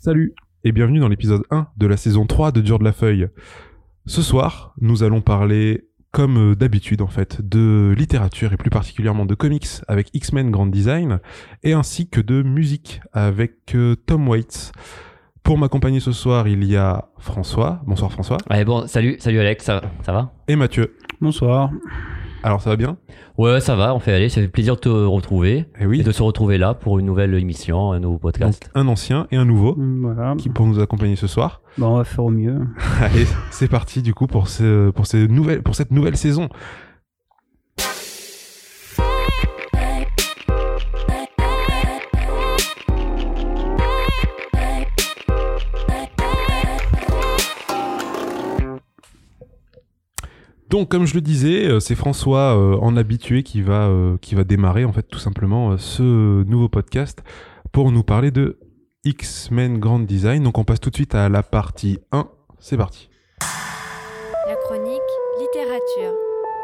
Salut et bienvenue dans l'épisode 1 de la saison 3 de Dur de la Feuille. Ce soir, nous allons parler, comme d'habitude en fait, de littérature et plus particulièrement de comics avec X-Men Grand Design et ainsi que de musique avec Tom Waits. Pour m'accompagner ce soir, il y a François. Bonsoir François. Ouais, bon, salut Alex, ça va? Et Mathieu. Bonsoir. Alors ça va bien? Ouais, ça va, on fait aller, ça fait plaisir de te retrouver et de se retrouver là pour une nouvelle émission, un nouveau podcast. Donc, un ancien et un nouveau Voilà. qui pour nous accompagner ce soir. Bon, on va faire au mieux. Allez, c'est parti du coup pour cette nouvelle saison. Donc, comme je le disais, c'est François en habitué qui va démarrer en fait tout simplement ce nouveau podcast pour nous parler de X-Men Grand Design. Donc, on passe tout de suite à la partie 1. C'est parti. La chronique littérature.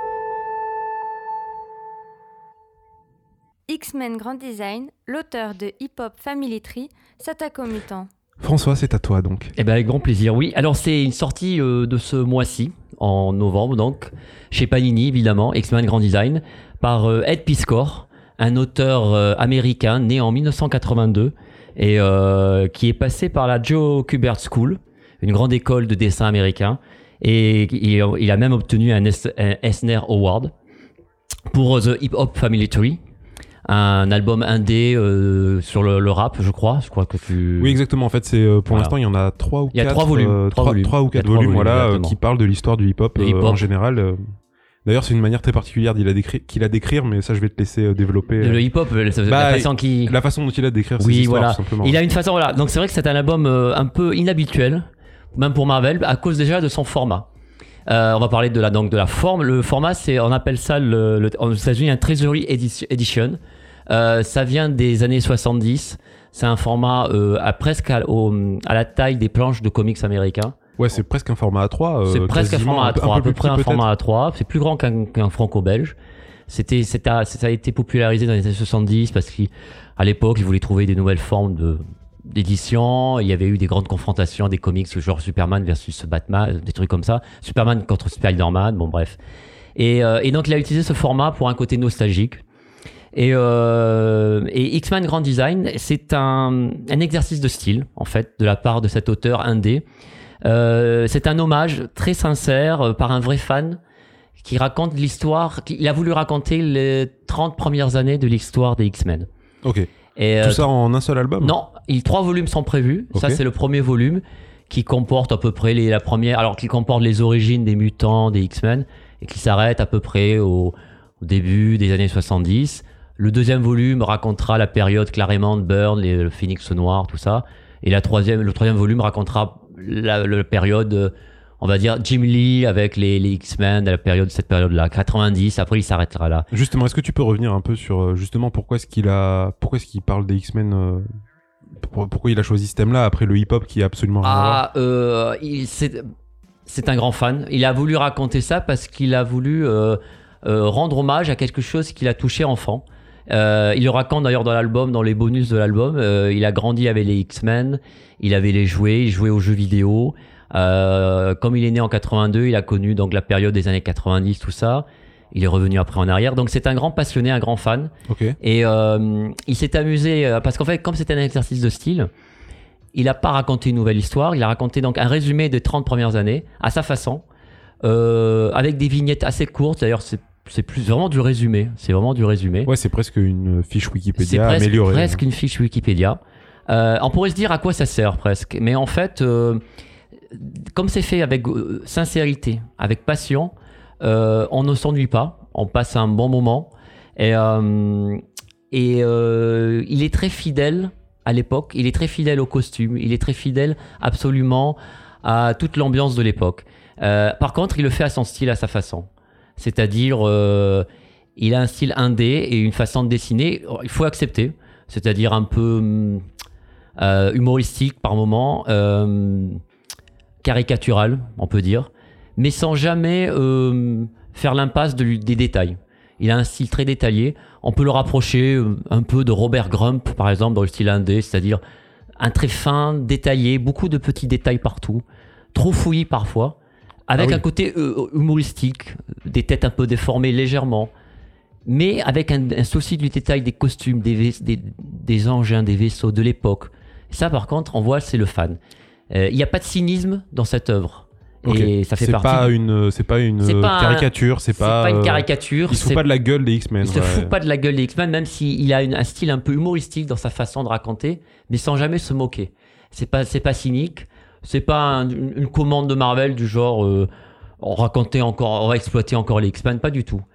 X-Men Grand Design, l'auteur de Hip Hop Family Tree, s'attaque aux mutants. François, c'est à toi donc. Eh ben avec grand plaisir, oui. Alors c'est une sortie de ce mois-ci, en novembre donc, chez Panini évidemment, X-Men Grand Design, par Ed Piskor, un auteur américain né en 1982 et qui est passé par la Joe Kubert School, une grande école de dessin américain, et il a même obtenu un Eisner Award pour The Hip Hop Family Tree. Un album indé sur le rap, je crois que tu... Oui, exactement. En fait, c'est pour l'instant, il y en a 3 ou 4. Il y a 3 volumes. 3 ou 4 volumes, voilà, qui parlent de l'histoire du hip-hop, en général. D'ailleurs, c'est une manière très particulière qu'il a d'écrire, mais ça, je vais te laisser développer. Le hip-hop, la façon dont il a d'écrire ses histoires, voilà. tout simplement. Il a une façon, voilà. Donc c'est vrai que c'est un album un peu inhabituel, même pour Marvel, à cause déjà de son format. On va parler de la forme. Le format, on appelle ça aux États-Unis un Treasury Edition. Ça vient des années 70. C'est un format presque à la taille des planches de comics américains. Ouais, c'est presque un format A3. C'est presque un format A3, à peu près un format A3. C'est plus grand qu'un franco-belge. Ça a été popularisé dans les années 70 parce qu'à l'époque, ils voulaient trouver des nouvelles formes d'édition. Il y avait eu des grandes confrontations, des comics genre Superman versus Batman, des trucs comme ça. Superman contre Spider-Man, bon bref. Et donc il a utilisé ce format pour un côté nostalgique. Et X-Men Grand Design, c'est un exercice de style, en fait, de la part de cet auteur indé. C'est un hommage très sincère par un vrai fan qui raconte l'histoire. Il a voulu raconter les 30 premières années de l'histoire des X-Men. Ok. Et tout ça en un seul album? Non, 3 volumes sont prévus. Okay. Ça, c'est le premier volume qui comporte à peu près qui comporte les origines des mutants, des X-Men, et qui s'arrête à peu près au début des années 70. Le deuxième volume racontera la période Claremont, Byrne, le Phénix Noir, tout ça. Et le troisième volume racontera la période, on va dire, Jim Lee avec les X-Men, cette période-là, 90. Après, il s'arrêtera là. Justement, est-ce que tu peux revenir un peu sur justement pourquoi est-ce qu'il parle des X-Men pourquoi il a choisi ce thème-là après le hip-hop qui est absolument rien à voir? C'est un grand fan. Il a voulu raconter ça parce qu'il a voulu rendre hommage à quelque chose qu'il a touché enfant. Il le raconte d'ailleurs dans l'album, dans les bonus de l'album. Il a grandi avec les X-Men, il avait les jouets, il jouait aux jeux vidéo. Comme il est né en 82, il a connu donc la période des années 90, tout ça. Il est revenu après en arrière. Donc c'est un grand passionné, un grand fan. Okay. Et il s'est amusé, parce qu'en fait, comme c'est un exercice de style, il n'a pas raconté une nouvelle histoire, il a raconté donc un résumé des 30 premières années, à sa façon, avec des vignettes assez courtes. D'ailleurs, c'est plus vraiment du résumé. C'est vraiment du résumé. Ouais, c'est presque une fiche Wikipédia améliorée. C'est presque une fiche Wikipédia. On pourrait se dire à quoi ça sert presque. Mais en fait, comme c'est fait avec sincérité, avec passion, on ne s'ennuie pas. On passe un bon moment. Et il est très fidèle à l'époque. Il est très fidèle au costume. Il est très fidèle absolument à toute l'ambiance de l'époque. Par contre, il le fait à son style, à sa façon. C'est-à-dire, il a un style indé et une façon de dessiner, il faut accepter. C'est-à-dire un peu humoristique par moment, caricatural, on peut dire, mais sans jamais faire l'impasse des détails. Il a un style très détaillé. On peut le rapprocher un peu de Robert Crumb, par exemple, dans le style indé, c'est-à-dire un trait fin, détaillé, beaucoup de petits détails partout, trop fouillis parfois, avec un côté humoristique, des têtes un peu déformées légèrement, mais avec un souci du détail des costumes, des engins, des vaisseaux de l'époque. Ça, par contre, on voit, c'est le fan. Il n'y a pas de cynisme dans cette œuvre. Okay. Et ça fait c'est partie. C'est pas une caricature. C'est pas une caricature. Il se fout pas de la gueule des X-Men. Il se fout pas de la gueule des X-Men, même s'il a un style un peu humoristique dans sa façon de raconter, mais sans jamais se moquer. C'est pas cynique. C'est pas une commande de Marvel du genre on va exploiter encore les X-Men. Pas du tout.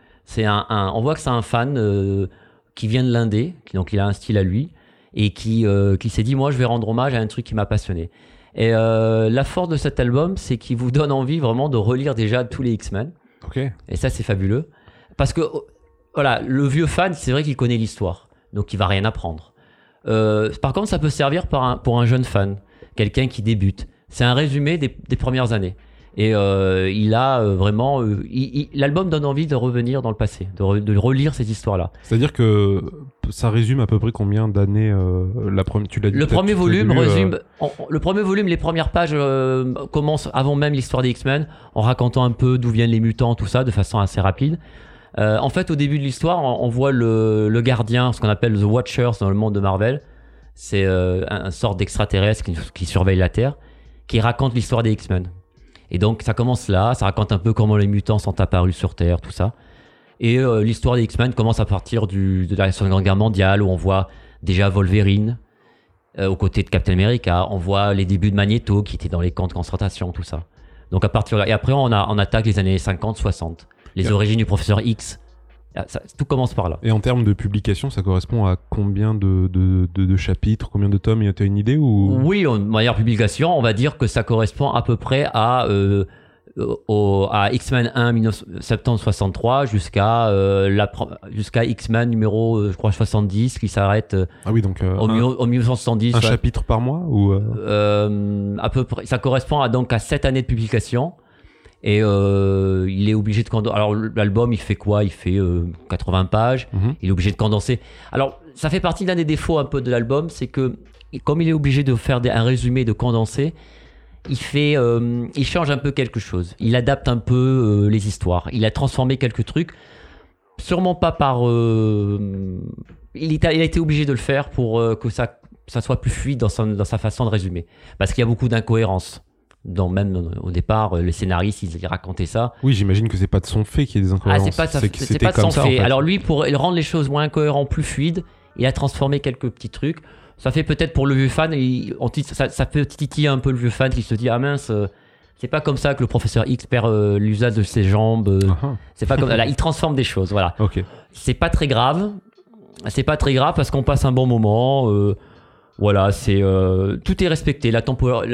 On voit que c'est un fan qui vient de l'indé, donc il a un style à lui, et qui s'est dit moi je vais rendre hommage à un truc qui m'a passionné. Et la force de cet album, c'est qu'il vous donne envie vraiment de relire déjà tous les X-Men. Okay. Et ça, c'est fabuleux. Parce que, voilà, le vieux fan, c'est vrai qu'il connaît l'histoire. Donc, il va rien apprendre. Par contre, ça peut servir pour un jeune fan, quelqu'un qui débute. C'est un résumé des premières années. Et il a vraiment... l'album donne envie de revenir dans le passé, de relire ces histoires-là. C'est-à-dire que ça résume à peu près combien d'années tu l'as dit. Le premier volume résume... Le premier volume, les premières pages commencent avant même l'histoire des X-Men, en racontant un peu d'où viennent les mutants, tout ça, de façon assez rapide. En fait, au début de l'histoire, on voit le gardien, ce qu'on appelle The Watchers dans le monde de Marvel. C'est un sort d'extraterrestre qui surveille la Terre, qui raconte l'histoire des X-Men. Et donc ça commence là, ça raconte un peu comment les mutants sont apparus sur Terre, tout ça. Et l'histoire des X-Men commence à partir de la Seconde Guerre mondiale, où on voit déjà Wolverine aux côtés de Captain America, on voit les débuts de Magneto qui était dans les camps de concentration, tout ça. Donc à partir de là, et après on attaque les années 50-60, les origines du professeur X. Tout commence par là. Et en termes de publication, ça correspond à combien de chapitres, combien de tomes? Tu as une idée ou... Oui, en manière publication, on va dire que ça correspond à peu près à X-Men 1 1963 jusqu'à X-Men numéro je crois 70 qui s'arrête ah oui, donc, au 1970. Un chapitre par mois ou à peu près, ça correspond à 7 années de publication. Et il est obligé de condenser. Alors l'album, il fait quoi? Il fait 80 pages. Il est obligé de condenser. Alors ça fait partie d'un des défauts un peu de l'album, c'est que comme il est obligé de faire un résumé, de condenser, il change un peu quelque chose. Il adapte un peu les histoires. Il a transformé quelques trucs. Sûrement pas par... il a été obligé de le faire pour que ça soit plus fluide dans sa façon de résumer. Parce qu'il y a beaucoup d'incohérences. Même au départ, les scénaristes, ils racontaient ça. Oui, j'imagine que c'est pas de son fait qu'il y ait des incohérences. C'est pas de son fait. En fait. Alors lui, pour rendre les choses moins cohérentes, plus fluides, il a transformé quelques petits trucs. Ça fait peut-être pour le vieux fan, ça peut titiller un peu le vieux fan qui se dit ah mince, c'est pas comme ça que le professeur X perd l'usage de ses jambes. C'est pas comme là, il transforme des choses. Voilà. Okay. C'est pas très grave. C'est pas très grave parce qu'on passe un bon moment. Voilà, tout est respecté, la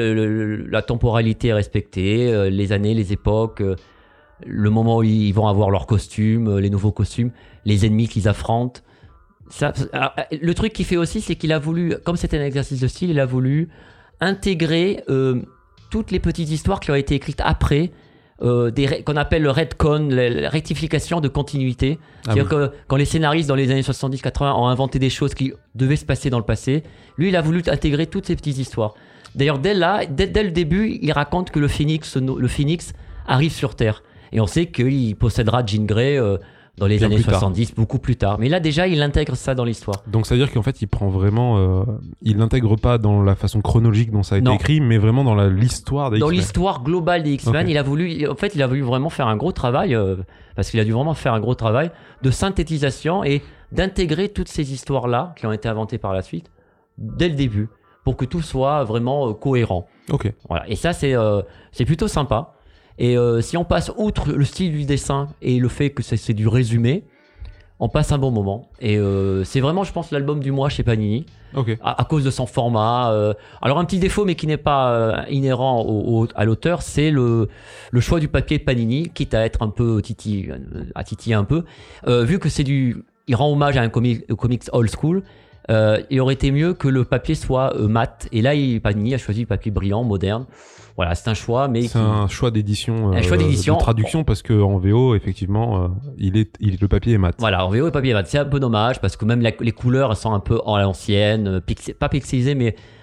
temporalité est respectée, les années, les époques, le moment où ils vont avoir leurs costumes, les nouveaux costumes, les ennemis qu'ils affrontent. Alors, le truc qu'il fait aussi, c'est qu'il a voulu, comme c'était un exercice de style, il a voulu intégrer toutes les petites histoires qui ont été écrites après, qu'on appelle le retcon, la rectification de continuité. C'est-à-dire que quand les scénaristes dans les années 70-80 ont inventé des choses qui devaient se passer dans le passé, lui il a voulu intégrer toutes ces petites histoires. D'ailleurs dès le début, il raconte que le Phoenix arrive sur Terre. Et on sait qu'il possédera Jean Grey dans les années 70, beaucoup plus tard. Mais là déjà, il intègre ça dans l'histoire. Donc ça veut dire qu'en fait, il prend vraiment... il l'intègre pas dans la façon chronologique dont ça a été écrit, mais vraiment dans l'histoire des X-Men. Dans l'histoire globale des X-Men, il a voulu vraiment faire un gros travail, parce qu'il a dû vraiment faire un gros travail de synthétisation et d'intégrer toutes ces histoires-là qui ont été inventées par la suite, dès le début, pour que tout soit vraiment cohérent. Ok. Voilà. Et ça, c'est plutôt sympa. Et si on passe outre le style du dessin et le fait que c'est du résumé, on passe un bon moment. Et c'est vraiment, je pense, l'album du mois chez Panini. Okay. À cause de son format. Alors un petit défaut, mais qui n'est pas inhérent à l'auteur, c'est le choix du papier de Panini, quitte à être un peu titiller un peu. Vu que il rend hommage à au comics old school, il aurait été mieux que le papier soit mat. Et là, Panini a choisi le papier brillant, moderne. Voilà, c'est un choix, mais un choix d'édition, de traduction, parce que en VO, effectivement, le papier est mat. Voilà, en VO, le papier est mat. C'est un peu dommage parce que même les couleurs elles sont un peu à l'ancienne, pas pixelisées, mais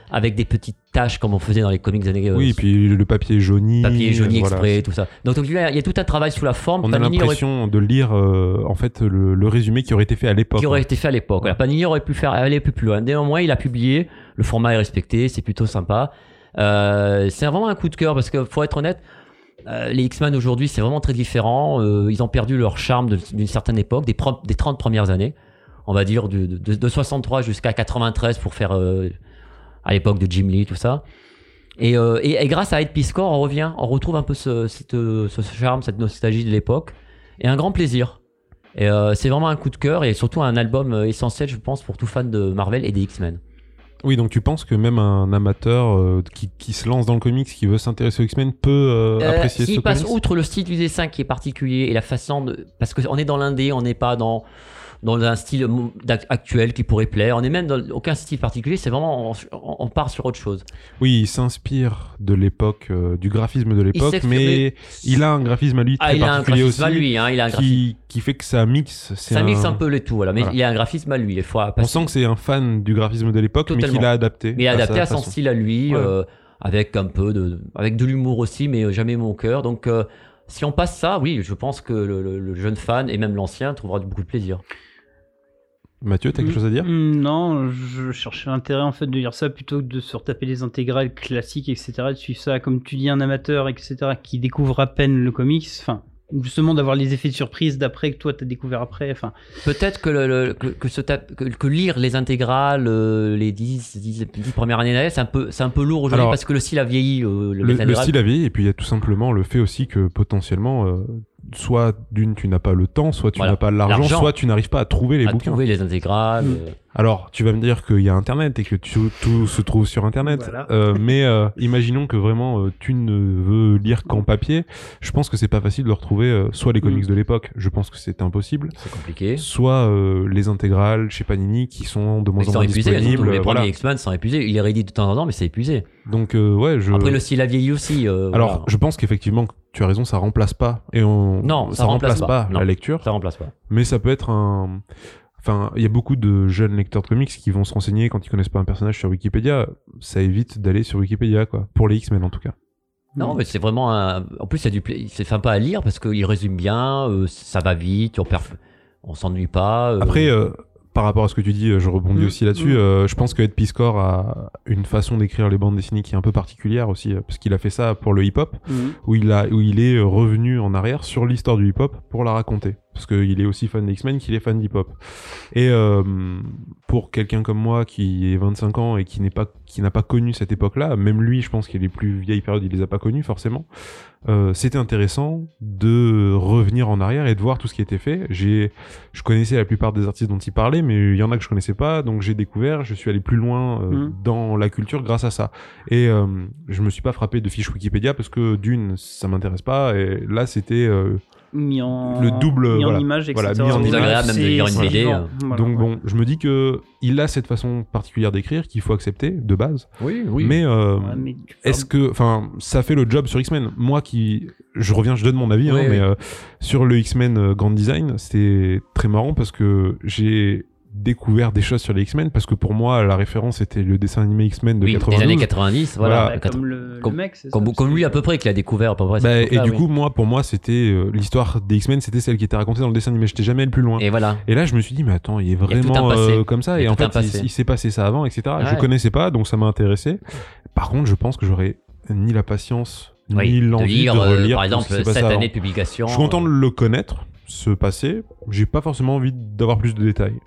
avec des petites taches comme on faisait dans les comics des années. Oui, et puis le papier jauni. Exprès, tout ça. Donc il y a tout un travail sous la forme. On a l'impression de lire en fait le résumé qui aurait été fait à l'époque. Voilà, Panini aurait pu aller plus loin. Néanmoins, il a publié. Le format est respecté, c'est plutôt sympa. C'est vraiment un coup de cœur parce que faut être honnête, les X-Men aujourd'hui c'est vraiment très différent. Ils ont perdu leur charme d'une certaine époque, des 30 premières années. On va dire de 63 jusqu'à 93 pour faire à l'époque de Jim Lee, tout ça. Et grâce à Ed Piskor, on retrouve un peu ce charme, cette nostalgie de l'époque. Et un grand plaisir. Et c'est vraiment un coup de cœur et surtout un album essentiel, je pense, pour tout fan de Marvel et des X-Men. Oui, donc tu penses que même un amateur qui se lance dans le comics, qui veut s'intéresser aux X-Men, peut apprécier ce comics ? S'il passe outre le style du dessin qui est particulier et la façon de... Parce qu'on est dans l'indé, on n'est pas dans un style actuel qui pourrait plaire. On n'est même dans aucun style particulier, c'est vraiment... On part sur autre chose. Oui, il s'inspire de l'époque, du graphisme de l'époque, mais il a un graphisme à lui très particulier aussi. Il a un graphisme qui fait que ça mixe. Ça mixe un peu le tout, voilà. Mais il a un graphisme à lui. On sent que c'est un fan du graphisme de l'époque, mais qu'il a adapté. Mais il a adapté à son style à lui, avec un peu avec de l'humour aussi, mais jamais mon cœur. Donc, si on passe ça, oui, je pense que le jeune fan, et même l'ancien, trouvera beaucoup de plaisir. Mathieu, t'as quelque chose à dire ? Non, je cherchais l'intérêt en fait de lire ça plutôt que de se retaper les intégrales classiques, etc. De suivre ça, comme tu dis, un amateur, etc. qui découvre à peine le comics. Enfin, justement d'avoir les effets de surprise d'après que toi t'as découvert après. Enfin, peut-être que lire les intégrales, les 10 premières années, c'est un peu lourd aujourd'hui parce que le style a vieilli. Le style a vieilli et puis il y a tout simplement le fait aussi que potentiellement. Soit tu n'as pas le temps, soit tu n'as pas l'argent, soit tu n'arrives pas à trouver les bouquins. Trouver les intégrales. Alors, tu vas me dire qu'il y a Internet et que tout se trouve sur Internet. Voilà. Mais imaginons que vraiment tu ne veux lire qu'en papier. Je pense que c'est pas facile de retrouver soit les comics de l'époque. Je pense que c'est impossible. C'est compliqué. Soit les intégrales chez Panini qui sont de moins en moins disponibles. Les premiers X-Men sont épuisés. Il est réédité de temps en temps, mais c'est épuisé. Donc Après, le style a vieilli aussi. Alors, je pense qu'effectivement, tu as raison, ça remplace pas. Non, ça remplace pas la lecture. Ça remplace pas. Mais ça peut être un... Enfin, il y a beaucoup de jeunes lecteurs de comics qui vont se renseigner quand ils connaissent pas un personnage sur Wikipédia. Ça évite d'aller sur Wikipédia, quoi. Pour les X-Men, en tout cas. Non, mais c'est vraiment en plus, c'est sympa à lire parce qu'il résume bien, ça va vite, on s'ennuie pas. Après, par rapport à ce que tu dis, je rebondis aussi là-dessus. Je pense que Ed Piskor a une façon d'écrire les bandes dessinées qui est un peu particulière aussi, parce qu'il a fait ça pour le hip-hop, où il est revenu en arrière sur l'histoire du hip-hop pour la raconter. Parce qu'il est aussi fan des X-Men qu'il est fan d'hip-hop. Et pour quelqu'un comme moi qui est 25 ans et qui n'a pas connu cette époque-là, même lui, je pense qu'il les plus vieilles périodes, il les a pas connues forcément. C'était intéressant de revenir en arrière et de voir tout ce qui était fait. Je connaissais la plupart des artistes dont il parlait, mais il y en a que je connaissais pas, donc j'ai découvert, je suis allé plus loin dans la culture grâce à ça. Et je me suis pas frappé de fiches Wikipédia parce que d'une, ça m'intéresse pas, et là c'était mis en image, etc. Voilà, mis en image, agréable même de lire une BD. Donc bon, je me dis que il a cette façon particulière d'écrire qu'il faut accepter de base. Oui. Mais est-ce que, enfin, ça fait le job sur X-Men. Moi je donne mon avis, mais sur le X-Men Grand Design, c'était très marrant parce que j'ai découvert des choses sur les X-Men parce que pour moi la référence était le dessin animé X-Men de 92. Des années 90, voilà. Comme le mec, c'est ça, comme lui à peu près, qu'il a découvert à peu près. Et du coup, pour moi, c'était l'histoire des X-Men, c'était celle qui était racontée dans le dessin animé. J'étais jamais le plus loin. Et voilà. Et là, je me suis dit, mais attends, il est vraiment comme ça. Et en fait, il s'est passé ça avant, etc. Je connaissais pas, donc ça m'a intéressé. Par contre, je pense que j'aurais ni la patience, ni l'envie de relire. Par exemple, cette année de publication. Je suis content de le connaître, ce passé. J'ai pas forcément envie d'avoir plus de détails.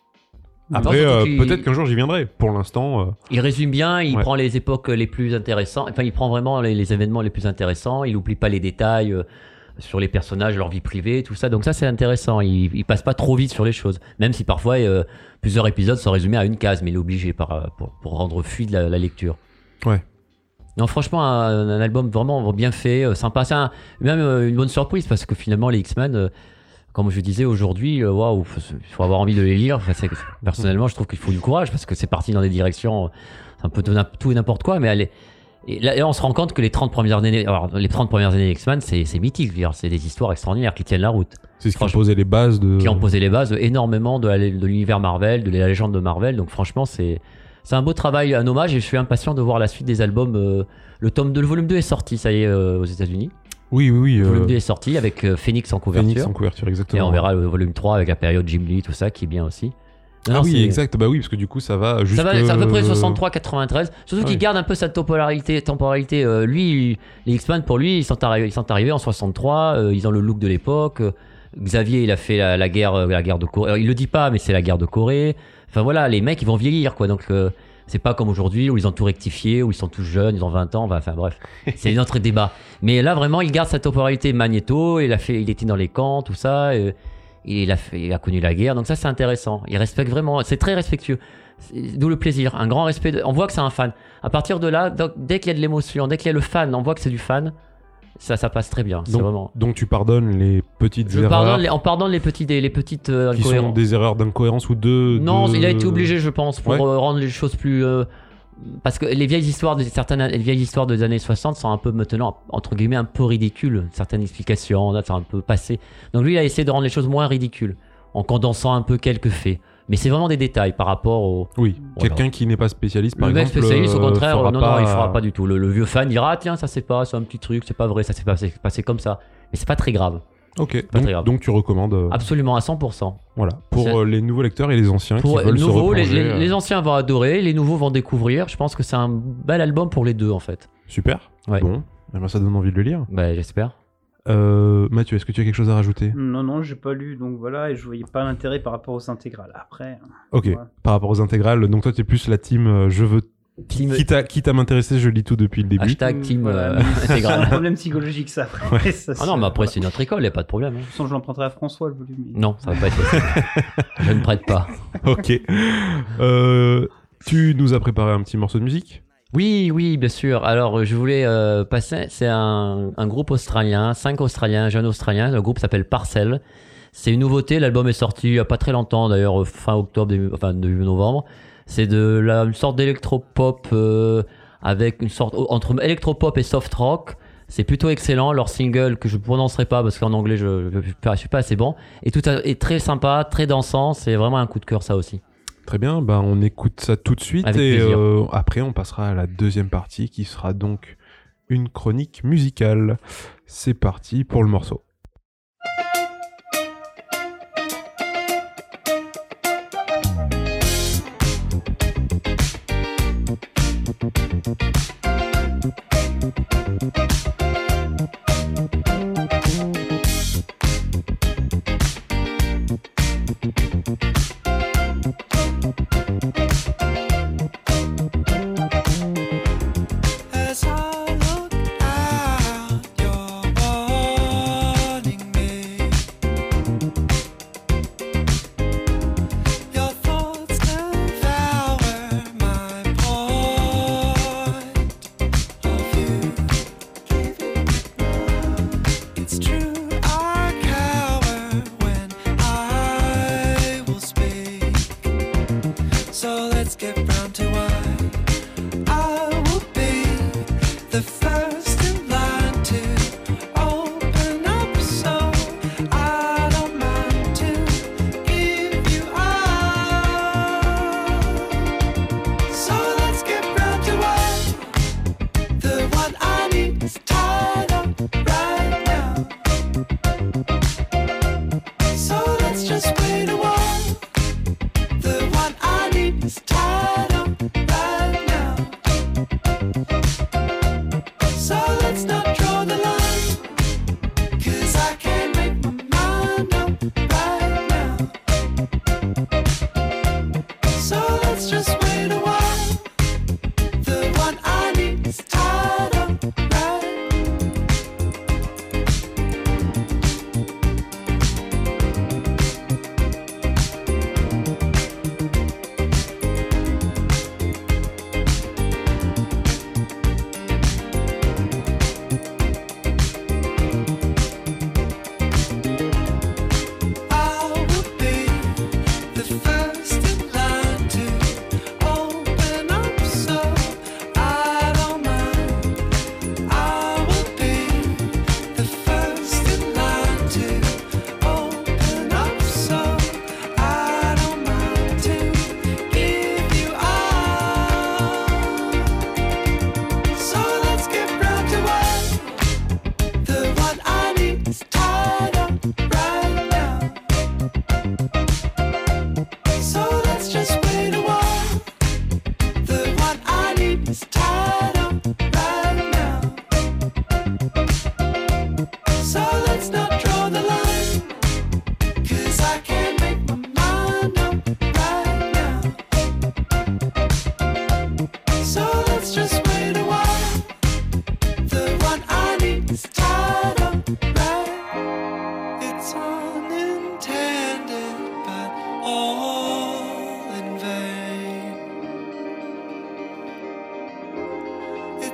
Après, peut-être qu'un jour j'y viendrai. Pour l'instant, il résume bien, il prend les époques les plus intéressantes. Enfin, il prend vraiment les événements les plus intéressants. Il oublie pas les détails sur les personnages, leur vie privée, tout ça. Donc ça, c'est intéressant. Il passe pas trop vite sur les choses, même si parfois plusieurs épisodes sont résumés à une case, mais il est obligé pour rendre fluide la lecture. Ouais. Non, franchement, un album vraiment bien fait, sympa. C'est même une bonne surprise parce que finalement, les X-Men. Comme je disais aujourd'hui, waouh, il faut avoir envie de les lire. Enfin, personnellement, je trouve qu'il faut du courage parce que c'est parti dans des directions, un peu tout et n'importe quoi. Mais là, on se rend compte que les 30 premières années X-Men, c'est mythique. C'est des histoires extraordinaires qui tiennent la route. C'est ce qui ont posé les bases qui ont posé les bases énormément de l'univers Marvel, de la légende de Marvel. Donc franchement, c'est c'est un beau travail, un hommage, et je suis impatient de voir la suite des albums. Le volume 2 est sorti, ça y est, aux États-Unis. Oui. Le volume 2 est sorti avec Phoenix en couverture. Phoenix en couverture, exactement. Et on verra le volume 3 avec la période Jim Lee, tout ça, qui est bien aussi. Exact. Bah oui, parce que du coup, ça va jusqu'à... C'est à peu près 63-93. Surtout qu'il garde un peu sa temporalité. Lui, les X-Men, pour lui, ils sont arrivés en 63. Ils ont le look de l'époque. Xavier, il a fait la guerre de Corée. Alors, il le dit pas, mais c'est la guerre de Corée. Enfin voilà, les mecs, ils vont vieillir, quoi. Donc... c'est pas comme aujourd'hui où ils ont tout rectifié, où ils sont tous jeunes, ils ont 20 ans, enfin bref, c'est un autre débat. Mais là vraiment, il garde sa temporalité Magneto, il était dans les camps, tout ça, il a connu la guerre, donc ça c'est intéressant. Il respecte vraiment, c'est très respectueux. D'où le plaisir, un grand respect. On voit que c'est un fan. À partir de là, dès qu'il y a de l'émotion, dès qu'il y a le fan, on voit que c'est du fan. Ça passe très bien. Donc tu pardonnes les petites erreurs. On pardonne les petites incohérences. Qui sont des erreurs d'incohérence ou Non, il a été obligé, je pense, pour rendre les choses plus. Parce que les vieilles histoires des années 60 sont un peu maintenant, entre guillemets, un peu ridicules. Certaines explications, c'est un peu passé. Donc lui, il a essayé de rendre les choses moins ridicules, en condensant un peu quelques faits. Mais c'est vraiment des détails par rapport au... Oui, quelqu'un qui n'est pas spécialiste, par exemple... Le mec spécialiste, au contraire, il fera pas du tout. Le vieux fan dira, tiens, ça c'est un petit truc, c'est pas vrai, ça s'est passé comme ça. Mais c'est pas très grave. Ok, donc tu recommandes... Absolument, à 100%. Voilà, pour les nouveaux lecteurs et les anciens qui veulent se replonger... Les anciens vont adorer, les nouveaux vont découvrir. Je pense que c'est un bel album pour les deux, en fait. Super, ouais. Bon, ça donne envie de le lire. Bah, j'espère. Mathieu, est-ce que tu as quelque chose à rajouter ? Non, j'ai pas lu, donc voilà, et je voyais pas l'intérêt par rapport aux intégrales. Après. Ok, ouais. Par rapport aux intégrales, donc toi, tu es plus la team je veux. Quitte à m'intéresser, je lis tout depuis le début. Hashtag team c'est un problème psychologique, ça. Après, ouais. ça non, mais après, c'est notre école, il n'y a pas de problème. De toute façon, je l'emprunterai à François, le volume. Non, ça va pas être possible. Je ne prête pas. Ok. Tu nous as préparé un petit morceau de musique ? Oui, bien sûr. Alors, je voulais passer... C'est un groupe australien, 5 Australiens, jeunes Australiens. Le groupe s'appelle Parcel. C'est une nouveauté. L'album est sorti il n'y a pas très longtemps, d'ailleurs, fin octobre, début novembre. C'est une sorte d'électropop avec une sorte... Entre électropop et soft rock. C'est plutôt excellent. Leur single, que je ne prononcerai pas parce qu'en anglais, je suis pas assez bon. Et tout est très sympa, très dansant. C'est vraiment un coup de cœur, ça aussi. Très bien, on écoute ça tout de suite. Avec et plaisir. Après on passera à la deuxième partie qui sera donc une chronique musicale. C'est parti pour le morceau.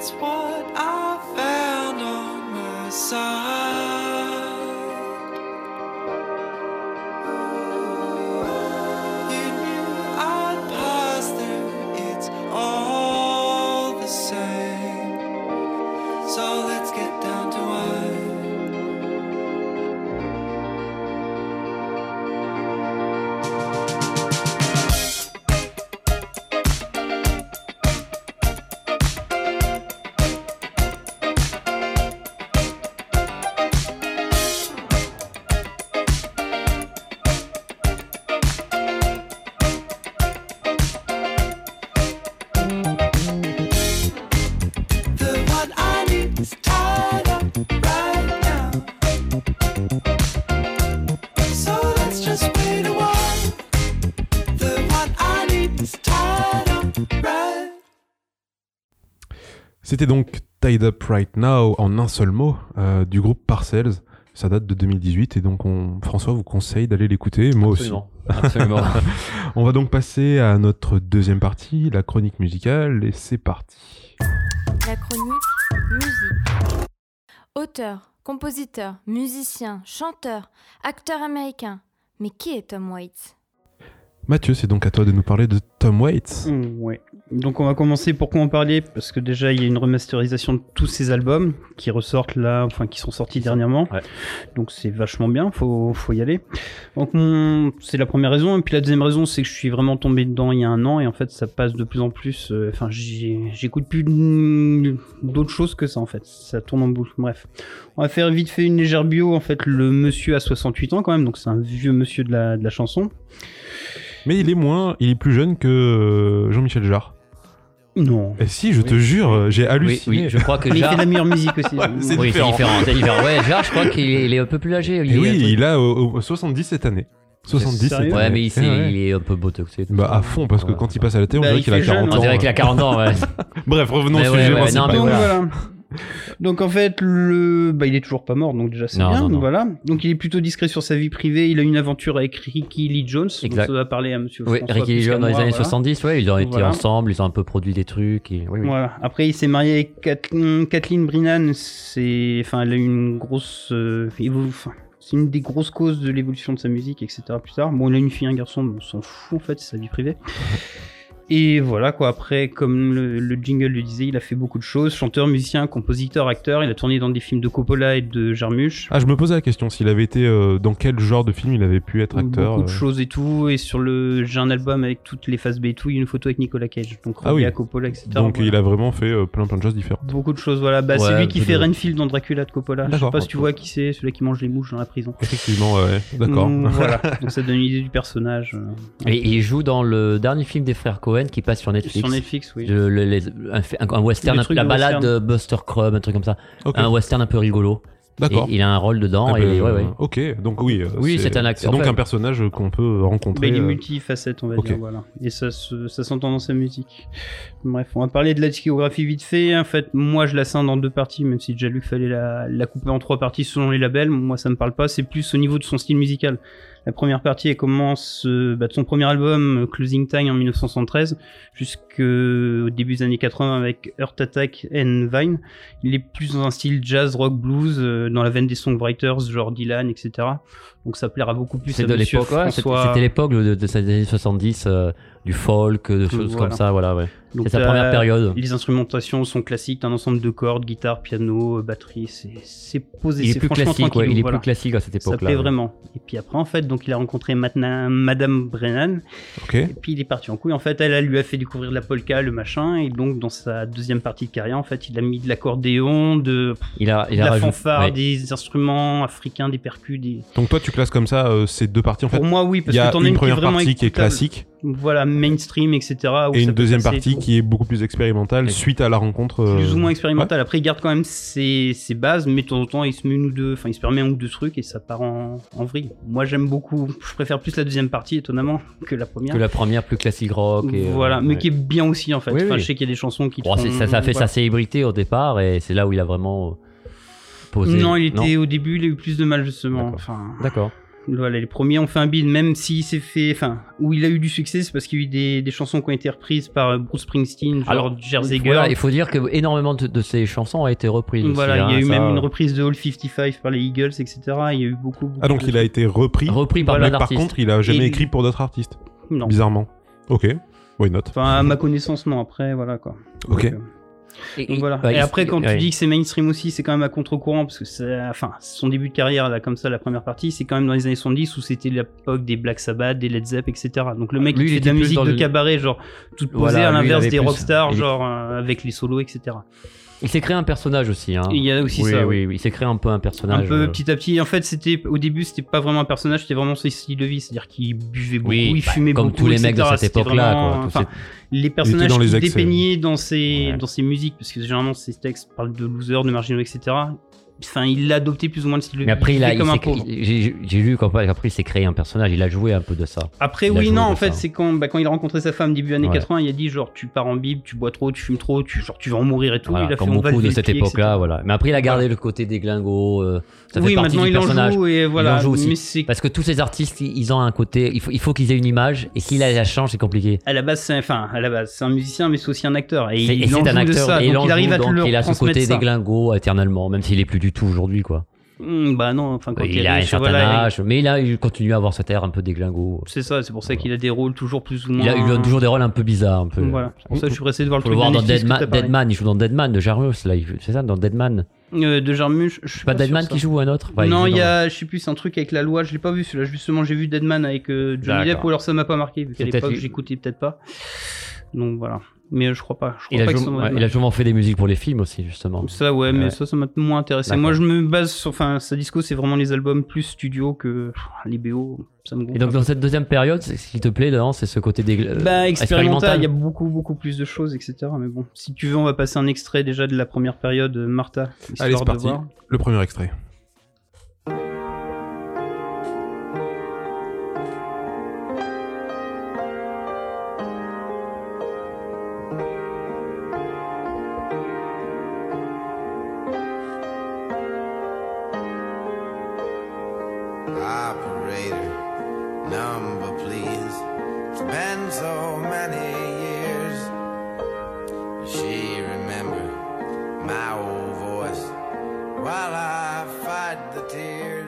That's what I found on my side. You knew I'd pass through, it's all the same. So let's get down to wine. C'était donc Tied Up Right Now en un seul mot du groupe Parcells. Ça date de 2018 et donc François vous conseille d'aller l'écouter, moi Absolument. aussi. Absolument. On va donc passer à notre deuxième partie, la chronique musicale, et c'est parti. La chronique musique. Auteur, compositeur, musicien, chanteur, acteur américain. Mais qui est Tom Waits ? Mathieu, c'est donc à toi de nous parler de Tom Waits. Ouais. Donc on va commencer, pourquoi en parler ? Parce que déjà il y a une remasterisation de tous ces albums qui ressortent là, enfin qui sont sortis dernièrement. Ouais. Donc c'est vachement bien, faut y aller. Donc c'est la première raison. Et puis la deuxième raison, c'est que je suis vraiment tombé dedans il y a un an et en fait ça passe de plus en plus. Enfin j'écoute plus d'autres choses que ça en fait. Ça tourne en boucle. Bref, on va faire vite fait une légère bio. En fait le monsieur a 68 ans quand même, donc c'est un vieux monsieur de la chanson. Mais il est plus jeune que Jean-Michel Jarre. Non. Et si, je te jure, j'ai halluciné. Oui, je crois que Mais il fait Jarre... de la meilleure musique aussi. Ouais, c'est Oui, différent. c'est différent. Ouais, Jarre, je crois qu'il est un peu plus âgé. Et oui, il a 70 cette année. 70 cette Sérieux ? année. Ouais, mais Ouais. il est un peu botoxé. Bah à fond, parce que Ouais. quand il passe à la télé, on Bah, dirait il qu'il a fait jeune, 40 ans. On dirait qu'il a 40 ans, ouais. Bref, revenons Mais au ouais, sujet ouais, principal. non, mais Donc voilà. voilà. Donc en fait, il est toujours pas mort, donc déjà c'est Non, bien. non, non. Voilà. Donc il est plutôt discret sur sa vie privée. Il a une aventure avec Ricky Lee Jones. Donc Exact. ça va parler à Monsieur Oui, François. Ricky plus Lee qu'à Jones dans les moi, années voilà. 70, ouais, ils ont été Voilà. ensemble, ils ont un peu produit des trucs. Et... Oui, oui. Voilà. Après, il s'est marié avec Kathleen Brennan. Elle a eu une grosse. C'est une des grosses causes de l'évolution de sa musique, etc. Plus tard. Bon, il a une fille, un garçon, mais on s'en fout en fait, c'est sa vie privée. Et voilà quoi, après, comme le jingle le disait, il a fait beaucoup de choses. Chanteur, musicien, compositeur, acteur. Il a tourné dans des films de Coppola et de Jarmusch. Ah, je me posais la question, s'il avait été dans quel genre de film il avait pu être acteur. Beaucoup de choses et tout. Et j'ai un album avec toutes les phases B et tout. Il y a une photo avec Nicolas Cage. Donc, Ah oui. à Coppola, etc. Donc Voilà. il a vraiment fait plein de choses différentes. Beaucoup de choses, voilà. Bah, Ouais, c'est lui qui peu fait de- Renfield dans Dracula de Coppola. Je sais D'accord. pas si tu vois qui c'est, celui qui mange les mouches dans la prison. Effectivement, ouais, d'accord. Voilà. Donc ça donne une idée du personnage. Et il joue dans le dernier film des frères Cohen qui passe sur Netflix. Sur Netflix, oui. Un western, Le truc la de balade western. de Buster Crumb, un truc comme ça. Ok, Un western un peu rigolo. d'accord. Et il a un rôle dedans. Ah, et, bah, ouais. Ok, donc oui. Oui, c'est un acteur. C'est donc En fait- un personnage qu'on peut rencontrer. Bah, il est multifacette, on va ok. dire, voilà. Et ça s'entend dans sa musique. Bref, on va parler de la discographie vite fait. En fait, moi, je la scinde en deux parties, même si déjà Luc fallait la couper en trois parties selon les labels. Moi, ça me parle pas. C'est plus au niveau de son style musical. La première partie, elle commence de son premier album, Closing Time, en 1973, jusqu'au début des années 80 avec Heart Attack and Vine. Il est plus dans un style jazz, rock, blues, dans la veine des songwriters, genre Dylan, etc. Donc ça plaira beaucoup plus C'est à de Monsieur l'époque, ouais, François. c'était l'époque de ces années 70, du folk, de choses Voilà. comme ça, voilà, ouais. Donc, C'est sa première période. Les instrumentations sont classiques, t'as un ensemble de cordes, guitare, piano, batterie, c'est posé, Il est c'est plus franchement classique, tranquille. ouais, il est voilà. plus classique à cette Ça époque-là. plaît ouais. vraiment. Et puis après, en fait, donc il a rencontré Madame Brennan, Ok. et puis il est parti en couille. En fait, elle lui a fait découvrir de la polka, le machin, et donc dans sa deuxième partie de carrière, en fait, il a mis de l'accordéon, de Il a la rajouté- fanfare, ouais. des instruments africains, des percus, des... Donc toi, tu classes comme ça ces deux parties en fait. Pour moi, oui, Il parce y que a t'en as une une première qui est vraiment partie qui est écoutable. classique Voilà, mainstream, etc. où et ça une peut deuxième passer et partie tout. qui est beaucoup plus expérimentale suite à la rencontre. Plus ou moins expérimental. Après, il garde quand même ses bases, mais de temps en temps, il se met une ou deux, enfin, il se permet un ou deux trucs et ça part en vrille. Moi, j'aime beaucoup. Je préfère plus la deuxième partie, étonnamment, que la première. Que la première plus classique rock. Et, Voilà, mais ouais. qui est bien aussi en fait. Oui, Enfin, oui. je sais qu'il y a des chansons qui. te Bon, font- ça fait voilà. sa célébrité au départ et c'est là où il a vraiment posé. Non, il était au début, il a eu plus de mal justement. D'accord. Enfin, D'accord. Voilà, les premiers ont fait un bid, même s'il s'est fait, enfin, où il a eu du succès, c'est parce qu'il y a eu des chansons qui ont été reprises par Bruce Springsteen, genre Alors, Jersey Girl. Voilà, il faut dire que énormément de ces chansons ont été reprises. Voilà, aussi, il y a eu ça... même une reprise de All 55 par les Eagles, etc. Il y a eu beaucoup. Ah, donc il a été repris par mais plein par d'artistes. contre, il a jamais Et- écrit pour d'autres artistes. Non. Bizarrement. Ok, why not. Enfin, à ma connaissance, non. Après, voilà quoi. Ok. Donc voilà. Ouais, Et après, quand ouais. tu dis que c'est mainstream aussi, c'est quand même à contre-courant parce que son début de carrière là, comme ça, la première partie, c'est quand même dans les années 70 où c'était l'époque des Black Sabbath, des Led Zepp, etc. Donc le mec Lui, qui il fait de la était plus musique dans de le- cabaret, genre toute posée Voilà, à lui, il l'inverse avait des plus- rockstars, il- genre avec les solos, etc. Il s'est créé un personnage aussi. Hein. Il y a aussi oui, ça. oui, il s'est créé un peu un personnage. Un peu petit à petit. En fait, au début, c'était pas vraiment un personnage, c'était vraiment son style de vie. C'est-à-dire qu'il buvait beaucoup, Oui, il fumait comme beaucoup, tous les mecs de etc. cette C'était époque-là. vraiment- Quoi, tous enfin, ces- les personnages dans les qu'il excès. dépeignait dans ses Ouais. musiques, parce que généralement, ses textes parlent de losers, de marginaux, etc. Enfin, il a adopté plus ou moins le style de vie. Mais après, Il fait comme un pauvre. j'ai lu qu'après, il s'est créé un personnage. Il a joué un peu de ça. Après, Il a oui, joué non, de en fait, ça. c'est quand il a rencontré sa femme début années Ouais. 80, il a dit genre, tu pars en bible, tu bois trop, tu fumes trop, tu vas en mourir et tout. Voilà, il a comme fait, on va beaucoup de lever cette le pied, époque-là, etc. voilà. Mais après, il a gardé le côté des glingos. Ça fait Oui, partie maintenant du il en personnage. joue et voilà. Il en joue aussi. Mais c'est Parce que tous ces artistes, ils ont un côté. Il faut qu'ils aient une image. Et s'il la change, c'est compliqué. à la base, c'est un musicien, mais c'est aussi un acteur. Et Et il c'est en un joue de acteur. ça. Et Donc il arrive à te donc le il a ce transmettre côté ça. des glingos éternellement, même s'il est plus du tout aujourd'hui, quoi. Bah non, enfin quand Il a un riche, certain voilà, âge, mais il continue à avoir cet air un peu déglingo. c'est ça, c'est pour ça qu'il a des rôles toujours plus ou moins. Il a toujours des rôles un peu bizarres. Un peu. Voilà, c'est pour ça que je suis pressé de voir le Faut le truc voir de dans Netflix que t'as parlé. Deadman. Il joue dans Deadman de Jarmus, là. C'est ça, dans Deadman. De Jarmusch, je suis C'est pas pas sûr, Deadman ça. qui joue ou un autre? Ouais, Non, joue il y dans- a, je sais plus, c'est un truc avec la loi, je l'ai pas vu celui-là, justement j'ai vu Deadman avec Johnny D'accord. Depp, ou alors ça m'a pas marqué, vu qu'à C'est peut-être l'époque lui. j'écoutais peut-être pas. Donc voilà, mais je crois pas. Il a, que jou- ce soit ouais, Deadman. il a souvent fait des musiques pour les films aussi, justement. Ça ouais, mais Ouais. ça m'a moins intéressé. D'accord. Moi je me base sur, enfin sa disco c'est vraiment les albums plus studio que les BO, ça me gonfle. Et donc, dans cette deuxième période, ce qui te plaît dedans, c'est ce côté Bah, expérimental, il y a expérimental. beaucoup plus de choses, etc. Mais bon, si tu veux, on va passer un extrait déjà de la première période, Martha. histoire Allez, c'est de parti. voir. Le premier extrait. Operator, number please. It's been so many years. She remember my old voice while I fight the tears.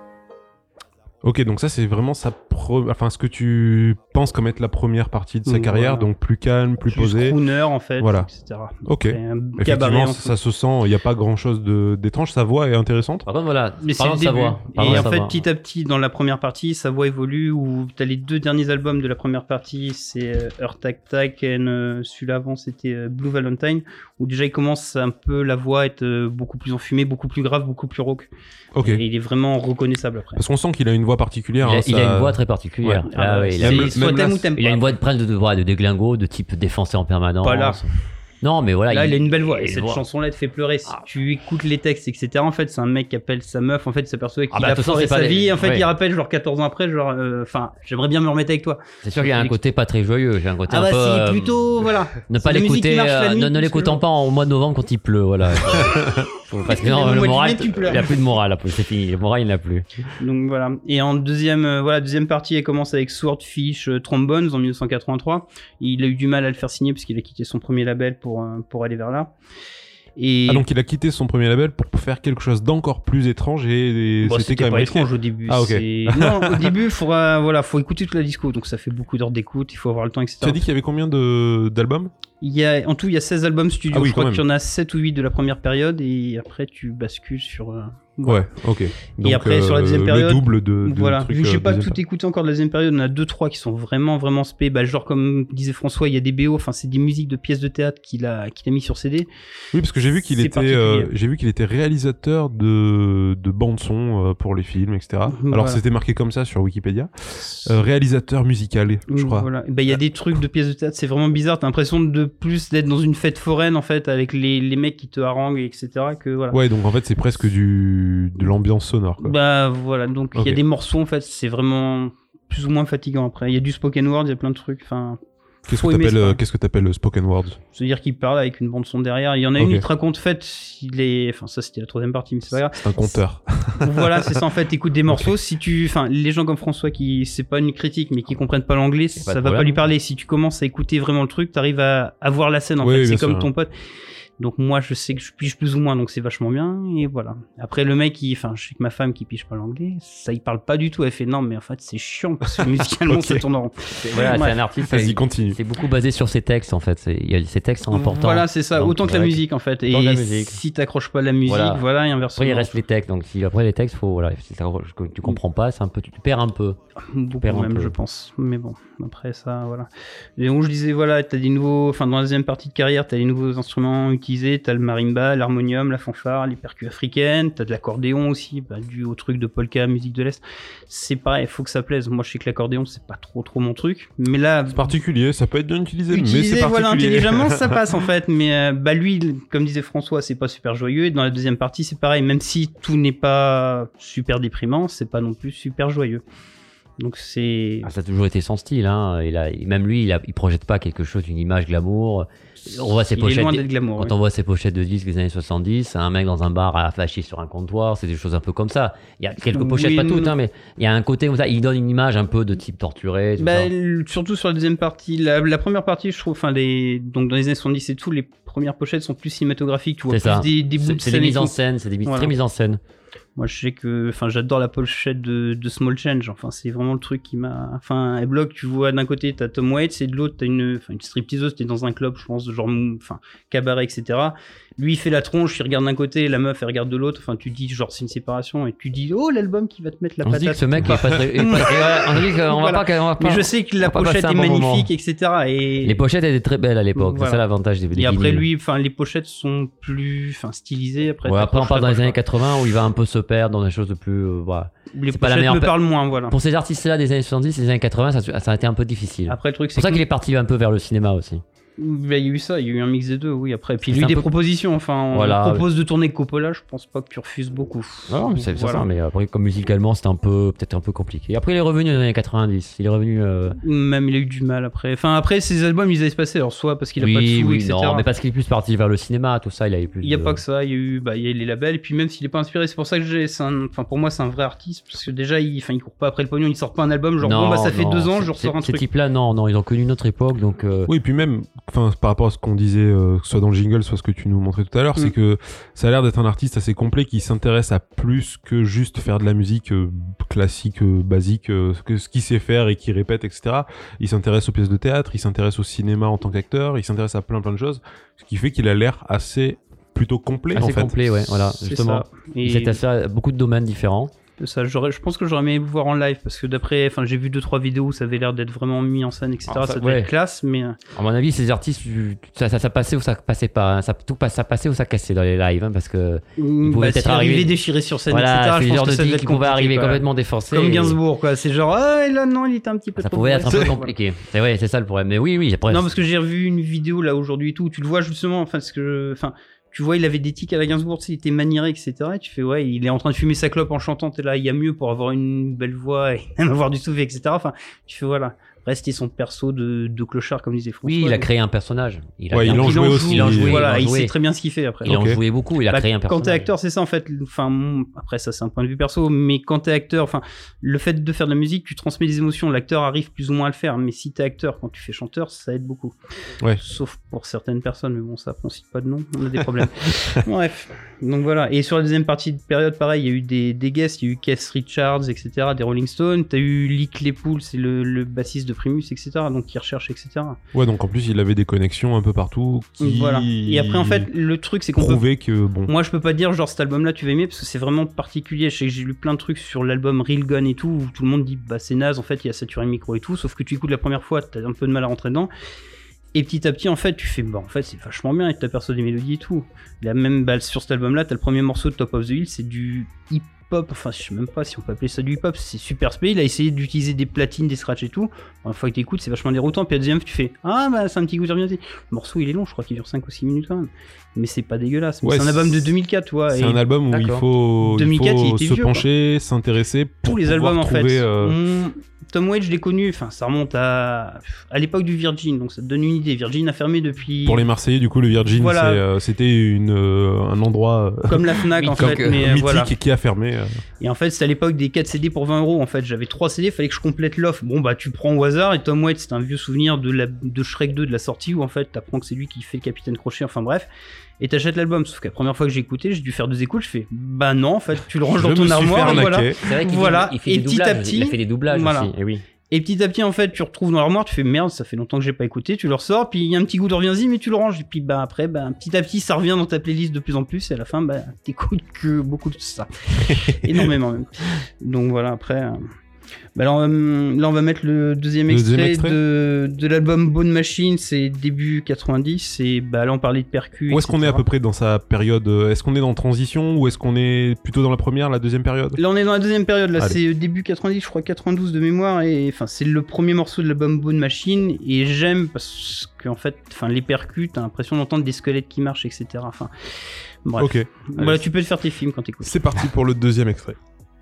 Ok, donc ça c'est vraiment enfin ce que tu penses comme être la première partie de sa Voilà. carrière, donc plus calme, plus posé. Crooner en fait, Voilà. etc. Ok. Après, un cabaret, Effectivement, en fait. ça se sent, il n'y a pas grand chose d'étrange, sa voix est intéressante. Par contre, voilà, Mais c'est parlons le de sa début. voix. Parlons Et de en sa fait, voix. petit à petit, dans la première partie, sa voix évolue. Où t'as les deux derniers albums de la première partie, c'est Heart Attack et celui-là avant, c'était Blue Valentine, où déjà il commence un peu la voix à être beaucoup plus enfumée, beaucoup plus grave, beaucoup plus rauque. Ok. Et il est vraiment reconnaissable après. Parce qu'on sent qu'il a une voix particulière. Il a, hein, il a ça- une voix très particulière. Ouais. Ah ouais, il a- Même C'est le- soit même t'aimes là, ou t'aimes pas. il a une voix de déglingo, de type défoncé en permanence. Pas là. Non, mais voilà. Là, il a une belle voix. Et il a une cette voix. chanson-là, elle te fait pleurer. Si Ah. tu écoutes les textes, etc., en fait, c'est un mec qui appelle sa meuf. En fait, il s'aperçoit qu'il bah, a de toute façon, foiré c'est pas sa des- vie. En fait, ouais. il rappelle, genre, 14 ans après, genre, enfin, j'aimerais bien me remettre avec toi. C'est sûr qu'il y a un côté pas très joyeux. J'ai un côté Ah un bah, peu. c'est plutôt, voilà. Ne pas c'est la musique qui l'écouter, marche la nuit, ne plus que l'écoutons le pas en mois de novembre quand il pleut, voilà. Parce que non, Même au le mois de moral, juillet, tu pleures. il a plus de morale, après, c'est fini. Le moral, il n'a plus. Donc voilà. Et en deuxième partie, elle commence avec Swordfish Trombones en 1983. Il a eu du mal à le faire signer parce qu'il a quitté son premier label pour aller vers là. Et Ah, donc il a quitté son premier label pour faire quelque chose d'encore plus étrange et bon, c'était c'était quand pas même étrange au début. Ah, ok. Non, au début, faut écouter toute la disco. Donc ça fait beaucoup d'heures d'écoute. Il faut avoir le temps, etc. Tu as dit qu'il y avait combien d'albums? En tout, il y a 16 albums studio. Ah oui, je crois quand qu'il y en a 7 ou 8 de la première période et après tu bascules sur. Voilà. Ouais, ok. Donc, après, sur la deuxième le période, double de Voilà, trucs, vu que j'ai pas deuxième tout écouté encore de la deuxième période, on a 2-3 qui sont vraiment spé. Bah, genre comme disait François, il y a des BO, enfin c'est des musiques de pièces de théâtre qu'il a mis sur CD. Oui, parce que j'ai vu qu'il C'est était, était réalisateur de bande son pour les films, etc. Alors Voilà. c'était marqué comme ça sur Wikipédia. Réalisateur musical, je crois. Voilà. Bah, il y a des trucs de pièces de théâtre, c'est vraiment bizarre. T'as l'impression d'être dans une fête foraine en fait, avec les mecs qui te haranguent, etc. Que voilà. Ouais, donc en fait c'est presque de l'ambiance sonore, quoi. Bah voilà, donc il y a Ok. des morceaux en fait, c'est vraiment plus ou moins fatigant après. Il y a du spoken word, il y a plein de trucs. Enfin, Qu'est-ce faut que aimer ça. t'appelles le spoken word? c'est-à-dire qu'il parle avec une bande son derrière. Il y en a Ok. une, il te raconte, en fait, enfin ça c'était la troisième partie, mais c'est pas grave. C'est un conteur. Voilà, c'est ça en fait. T'écoutes des morceaux. Si les gens comme François c'est pas une critique, mais qui comprennent pas l'anglais, ça va pas lui parler. Si tu commences à écouter vraiment le truc, t'arrives à voir la scène en fait. C'est comme ton pote. Donc moi je sais que je pige plus ou moins, donc c'est vachement bien, et voilà. Après le mec je sais que ma femme qui pige pas l'anglais, ça il parle pas du tout, elle fait non mais en fait c'est chiant parce que musicalement ça tourne en rond. Voilà, c'est un artiste, vas-y continue. C'est beaucoup basé sur ses textes en fait, ces textes sont importants. Voilà c'est ça, donc, autant que la musique en fait, et si t'accroches pas à la musique, voilà et inversement. Après il reste les textes, donc si après les textes, si tu comprends pas, c'est un peu, tu perds un peu. Beaucoup même je pense, mais bon, après ça voilà. Et donc je disais voilà, t'as des nouveaux, dans la deuxième partie de carrière, t'as des nouveaux instruments utilisés, t'as le marimba, l'harmonium, la fanfare, les percus africaines, t'as de l'accordéon aussi, dû au truc de polka, musique de l'Est. C'est pareil, il faut que ça plaise. Moi je sais que l'accordéon c'est pas trop mon truc, mais là c'est particulier, ça peut être bien utilisé, mais c'est particulier. Voilà, intelligemment ça passe en fait, mais lui, comme disait François, c'est pas super joyeux, et dans la deuxième partie c'est pareil, même si tout n'est pas super déprimant, c'est pas non plus super joyeux. Donc c'est... ça a toujours été son style, hein. Même lui, il projette pas quelque chose, une image glamour. On voit ses pochettes, est loin d'être glamour, quand on voit ses pochettes de disques des années 70, un mec dans un bar à flasher sur un comptoir, c'est des choses un peu comme ça. Il y a quelques pochettes, pas toutes, mais il y a un côté où il donne une image un peu de type torturé. Surtout sur la deuxième partie. La première partie, je trouve, donc dans les années 70 et tout, les premières pochettes sont plus cinématographiques. Tu vois plus des bouts de scène. C'est des mises en scène, c'est des très mises en scène. Moi, je sais que, j'adore la pochette de Small Change. C'est vraiment le truc qui m'a, elle bloque. Tu vois, d'un côté, t'as Tom Waits, et de l'autre, t'as une stripteaseuse. T'es dans un club, je pense, genre, cabaret, etc. Lui, il fait la tronche, il regarde d'un côté, la meuf, elle regarde de l'autre. Tu dis, genre, c'est une séparation, et tu dis, oh, l'album qui va te mettre la patate. On se dit que ce mec est pas très, on dit qu'on va pas, mais je sais que la pochette est magnifique, etc. Et les pochettes étaient très belles à l'époque. C'est ça l'avantage des vinyles. Et après, lui, les pochettes sont plus, stylisées. Après, après, on parle dans les années 80 où il va un peu se perdre dans des choses de plus, Les pochettes me parlent moins, voilà. Pour ces artistes-là des années 70, des années 80, ça a été un peu difficile. Après, le truc, c'est pour ça qu'il est parti un peu vers le cinéma aussi. Il y a eu ça, il y a eu un mix des deux, oui. Après, et puis lui, des propositions. On propose de tourner Coppola, je pense pas que tu refuses beaucoup. Non, c'est ça, mais après, comme musicalement, c'était peut-être un peu compliqué. Après, il est revenu dans les années 90. Il est revenu. Même il a eu du mal après. Après, ses albums, ils allaient se passer. Alors, soit parce qu'il a pas de sous, etc. Non, mais parce qu'il est plus parti vers le cinéma, tout ça, il avait plus. Il y a pas que ça, il y a eu, il y a les labels, et puis même s'il est pas inspiré, c'est pour ça que pour moi, c'est un vrai artiste, parce que déjà, il court pas après le pognon, il sort pas un album, genre, ça fait 2 ans, je ressors un truc. Ces types-là, non, ils ont connu une autre époque, donc. Oui, puis même, par rapport à ce qu'on disait, que ce soit dans le jingle, soit ce que tu nous montrais tout à l'heure, c'est que ça a l'air d'être un artiste assez complet qui s'intéresse à plus que juste faire de la musique classique, basique, que ce qu'il sait faire et qu'il répète, etc. Il s'intéresse aux pièces de théâtre, il s'intéresse au cinéma en tant qu'acteur, il s'intéresse à plein de choses, ce qui fait qu'il a l'air plutôt complet en fait. Assez complet, ouais, voilà, justement. C'est assez beaucoup de domaines différents. Ça, je pense que j'aurais aimé vous voir en live parce que d'après, j'ai vu 2-3 vidéos où ça avait l'air d'être vraiment mis en scène, etc. Ça devait être classe, mais. À mon avis, ces artistes, ça passait ou ça passait pas. Hein. Ça passait ou ça cassait dans les lives, hein, parce que. Ils pouvaient peut-être arriver déchiré sur scène, etc. Je pense que ça devait être compliqué, arriver complètement défoncé. Comme Gainsbourg, quoi. C'est genre, là, non, il était un petit peu. Ça pouvait être un peu compliqué. C'est ça le problème. Mais oui, après. Non, parce que j'ai revu une vidéo là aujourd'hui et tout. Tu le vois justement, tu vois, il avait des tics à la Gainsbourg, il était maniéré, etc. Et tu fais, il est en train de fumer sa clope en chantant, t'es là, il y a mieux pour avoir une belle voix et même avoir du souffle, etc. Tu fais, voilà. Rester son perso de clochard, comme disait François. Oui, il a créé un personnage. Il en jouait aussi. Il sait très bien ce qu'il fait après. Il en jouait beaucoup, il a créé un personnage. Quand t'es acteur, c'est ça en fait. Après, ça c'est un point de vue perso, mais quand t'es acteur, le fait de faire de la musique, tu transmets des émotions. L'acteur arrive plus ou moins à le faire, mais si t'es acteur, quand tu fais chanteur, ça aide beaucoup. Ouais. Sauf pour certaines personnes, mais bon, ça, on cite pas de nom, on a des problèmes. Bref. Donc voilà. Et sur la deuxième partie de période, pareil, il y a eu des guests, il y a eu Keith Richards, etc., des Rolling Stones. T'as eu Lee Claypool, c'est le bassiste de Primus, etc., donc qui recherche, etc. Ouais, donc en plus il avait des connexions un peu partout voilà. Et après en fait le truc c'est qu'on prouvait que bon, moi je peux pas dire genre cet album là tu vas aimer parce que c'est vraiment particulier. Je sais que j'ai lu plein de trucs sur l'album Real Gun et tout où tout le monde dit c'est naze, en fait il y a saturé le micro et tout, sauf que tu écoutes la première fois t'as un peu de mal à rentrer dedans et petit à petit en fait tu fais en fait c'est vachement bien et tu t'aperçois des mélodies et tout. La même sur cet album là t'as le premier morceau de Top of the Hill, c'est du hip hop, je sais même pas si on peut appeler ça du hip-hop, c'est super spé, il a essayé d'utiliser des platines, des scratchs et tout, une fois que t'écoutes c'est vachement déroutant, puis la deuxième tu fais c'est un petit goût de bien, le morceau il est long, je crois qu'il dure 5 ou 6 minutes quand même, mais c'est pas dégueulasse, c'est un album de 2004 tu vois. C'est un album où il faut se pencher, s'intéresser pour tous les albums en fait. Tom Waits, je l'ai connu, ça remonte à l'époque du Virgin, donc ça te donne une idée. Virgin a fermé depuis. Pour les Marseillais, du coup, le Virgin, c'était un endroit comme la Fnac en fait, mais mythique qui a fermé. Et en fait, c'était à l'époque des 4 CD pour 20 €. En fait, j'avais 3 CD, fallait que je complète l'offre. Bon, bah, tu prends au hasard. Et Tom Waits, c'est un vieux souvenir de Shrek 2 de la sortie où en fait, t'apprends que c'est lui qui fait le Capitaine Crochet. Enfin bref. Et t'achètes l'album. Sauf que la première fois que j'ai écouté, j'ai dû faire 2 écoutes. Je fais, bah non, en fait, tu le ranges dans ton armoire. Et voilà. C'est vrai qu'il Voilà. fait des doublages. Il a fait des doublages Voilà. aussi. Et oui. Et petit à petit, en fait, tu retrouves dans l'armoire, tu fais merde, ça fait longtemps que j'ai pas écouté, tu le ressors, puis il y a un petit goût de reviens-y, mais tu le ranges. Et puis bah après, bah, petit à petit, ça revient dans ta playlist de plus en plus, et à la fin, bah, t'écoutes que beaucoup de ça. Énormément même. Donc voilà, après. Bah là, on va mettre le deuxième extrait. De l'album Bone Machine, c'est début 90, et bah là on parlait de percus. Où est-ce qu'on est à peu près dans sa période? Est-ce qu'on est dans transition ou est-ce qu'on est plutôt dans la première, la deuxième période? Là on est dans la deuxième période, là Allez. c'est début 90, je crois 92 de mémoire, et enfin c'est le premier morceau de l'album Bone Machine, et j'aime parce qu'en fait, les percus, t'as l'impression d'entendre des squelettes qui marchent, etc. Enfin, bref. Ok. Voilà, Allez. tu peux te faire tes films quand t'écoutes. C'est parti pour le deuxième extrait.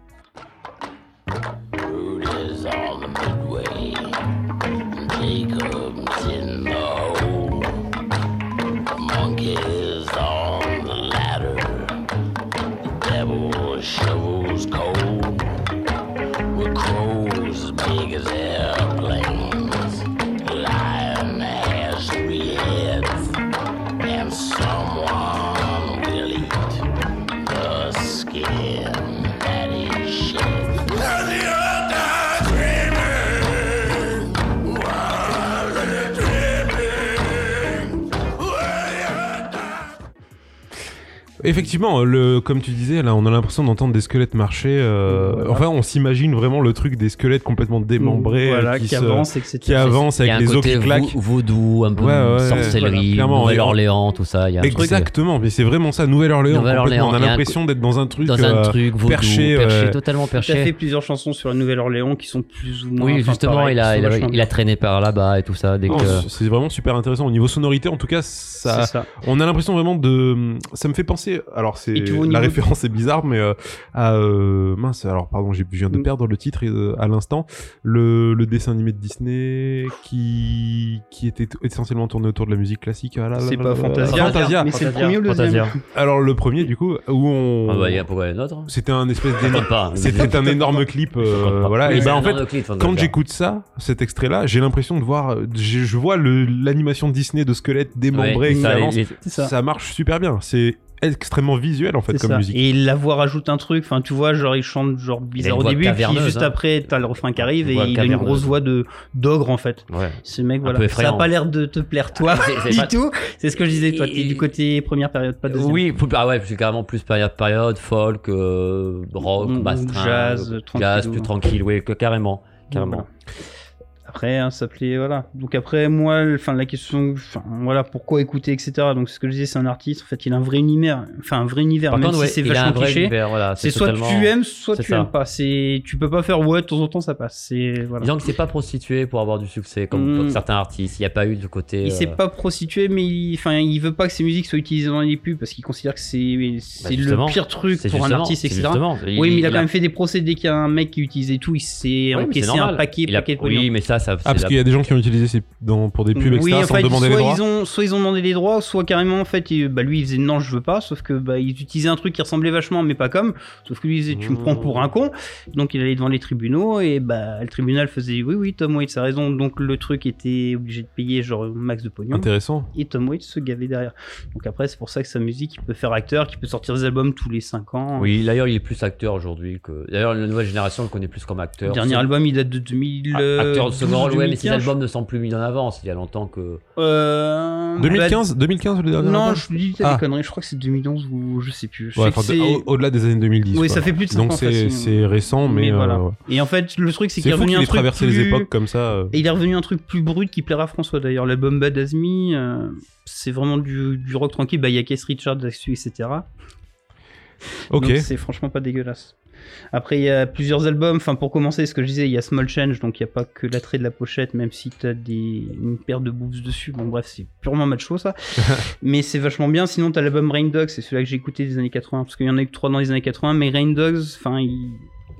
Root is on the midway. Jacob's in the hole. Monkey's on the ladder. The devil shovels coal. With crows as big as airplanes. Lion has 3 heads. And someone will eat the skin that is shed. Effectivement, comme tu disais, là, on a l'impression d'entendre des squelettes marcher. Voilà. Enfin, on s'imagine vraiment le truc des squelettes complètement démembrés, Voilà, qui avancent, etc. qui avancent Il y a avec un les os côté qui claquent. vaudou, un peu Ouais, sorcellerie, voilà, clairement, Nouvelle-Orléans, tout ça. Il y a un truc, Exactement, mais c'est vraiment ça, Nouvelle-Orléans. Nouvelle-Orléans, On a il y a l'impression d'être dans un truc, dans un truc vaudou, perché, totalement Tu as fait perché. plusieurs chansons sur la Nouvelle-Orléans qui sont plus ou moins. Oui, enfin, justement, pareilles, qui sont vachement il a traîné par là-bas et tout ça. Dès Non, que... c'est vraiment super intéressant. Au niveau sonorité, en tout cas, C'est ça, ça. on a l'impression vraiment de. Ça me fait penser. Alors, c'est Et tu vois, au la niveau référence est bizarre, mais à mince. Alors, pardon, je viens de perdre le titre à l'instant. Le dessin animé de Disney qui était essentiellement tourné autour de la musique classique. C'est pas Fantasia, mais c'est le premier ou le deuxième. Alors, le premier, du coup, où on. Ah bah, il y a pourquoi il y a un autre. C'était un espèce Je d'énorme. pas. C'était un énorme clip, voilà. Oui, Et c'est ben un en fait, énorme clip, quand j'écoute ça, cet extrait-là, j'ai l'impression de voir, je vois l'animation Disney de squelettes démembrés Ouais, qui ça, avancent. C'est ça. Ça marche super bien. C'est extrêmement visuel en fait C'est comme ça. musique. Et la voix rajoute un truc, enfin tu vois, genre il chante genre bizarre une au voix début, puis caverneuse, juste hein. après t'as le refrain qui arrive Une et voix il a une caverneuse. grosse voix d'ogre en fait. Ouais. Ce mec, peu voilà, ça effrayant. a pas l'air de te plaire toi C'est du pas- tout. C'est ce que je disais, toi t'es Et- du côté première période, pas deuxième. Oui, c'est carrément plus période, folk, rock, Ou bastring, jazz, tranquillou. plus tranquille, oui, carrément. Voilà. Après, hein, ça plaît, voilà. Donc après, moi, la question, voilà, pourquoi écouter, etc. Donc ce que je disais, c'est un artiste, en fait, il a un vrai univers, Par même contre, ouais, si c'est il a un vachement vrai cliché. univers, voilà. C'est soit totalement- tu aimes, soit c'est tu ça. aimes pas. Tu peux pas faire ouais, de temps en temps ça passe. C'est voilà. Disons que c'est pas prostitué pour avoir du succès, comme certains artistes. Il n'y a pas eu de côté. Il s'est pas prostitué, mais il veut pas que ses musiques soient utilisées dans les pubs parce qu'il considère que c'est le justement, pire truc c'est pour un justement- artiste, c'est etc. justement. Oui, mais il a quand même fait des procès dès qu'il y a un mec qui utilisait tout, il s'est Oui, mais encaissé c'est un normal. paquet de pognon. Oui, mais ça. Ah, parce qu'il y a des gens qui ont utilisé pour des pubs, etc. Oui, en sans fait, demander les droits. soit ils ont demandé les droits, soit carrément, en fait, lui, il faisait non, je veux pas, sauf que il utilisait un truc qui ressemblait vachement, mais pas comme, sauf que lui, il disait, tu me prends pour un con, donc il allait devant les tribunaux, et le tribunal faisait, oui, Tom Waits a raison, donc le truc était obligé de payer, genre, max de pognon, Intéressant. et Tom Waits se gavait derrière. Donc après, c'est pour ça que sa musique, il peut faire acteur, qu'il peut sortir des albums tous les 5 ans. Oui, d'ailleurs, il est plus acteur aujourd'hui que. D'ailleurs, la nouvelle génération le connaît plus comme acteur. Le dernier album, il date de 2000. Acteur de second rôle, ouais, mais ses 2015. albums ne sont plus mis en avance. Il y a longtemps que. 2015 le dernier Non, album je dis des conneries, je crois que c'est 2011 ou je sais plus. Je Ouais, sais que enfin, c'est- au-delà des années 2010. Oui, quoi. ça fait plus de 5 ans. Donc facile. c'est récent, mais voilà. ouais. Et en fait, le truc, c'est qu'il C'est est fou revenu qu'il un ait truc traversé plus... les époques comme ça. Et il est revenu un truc plus brut qui plaira à François d'ailleurs. L'album Bad As Me, c'est vraiment du rock tranquille. Il y a Keith Richards dessus, etc. Ok. Donc c'est franchement pas dégueulasse. Après, il y a plusieurs albums. Enfin, pour commencer, ce que je disais, il y a Small Change, donc il n'y a pas que l'attrait de la pochette, même si t'as une paire de boobs dessus. Bon, bref, c'est purement macho ça. Mais c'est vachement bien. Sinon, t'as l'album Rain Dogs, c'est celui-là que j'ai écouté des années 80, parce qu'il y en a eu que 3 dans les années 80. Mais Rain Dogs, enfin, il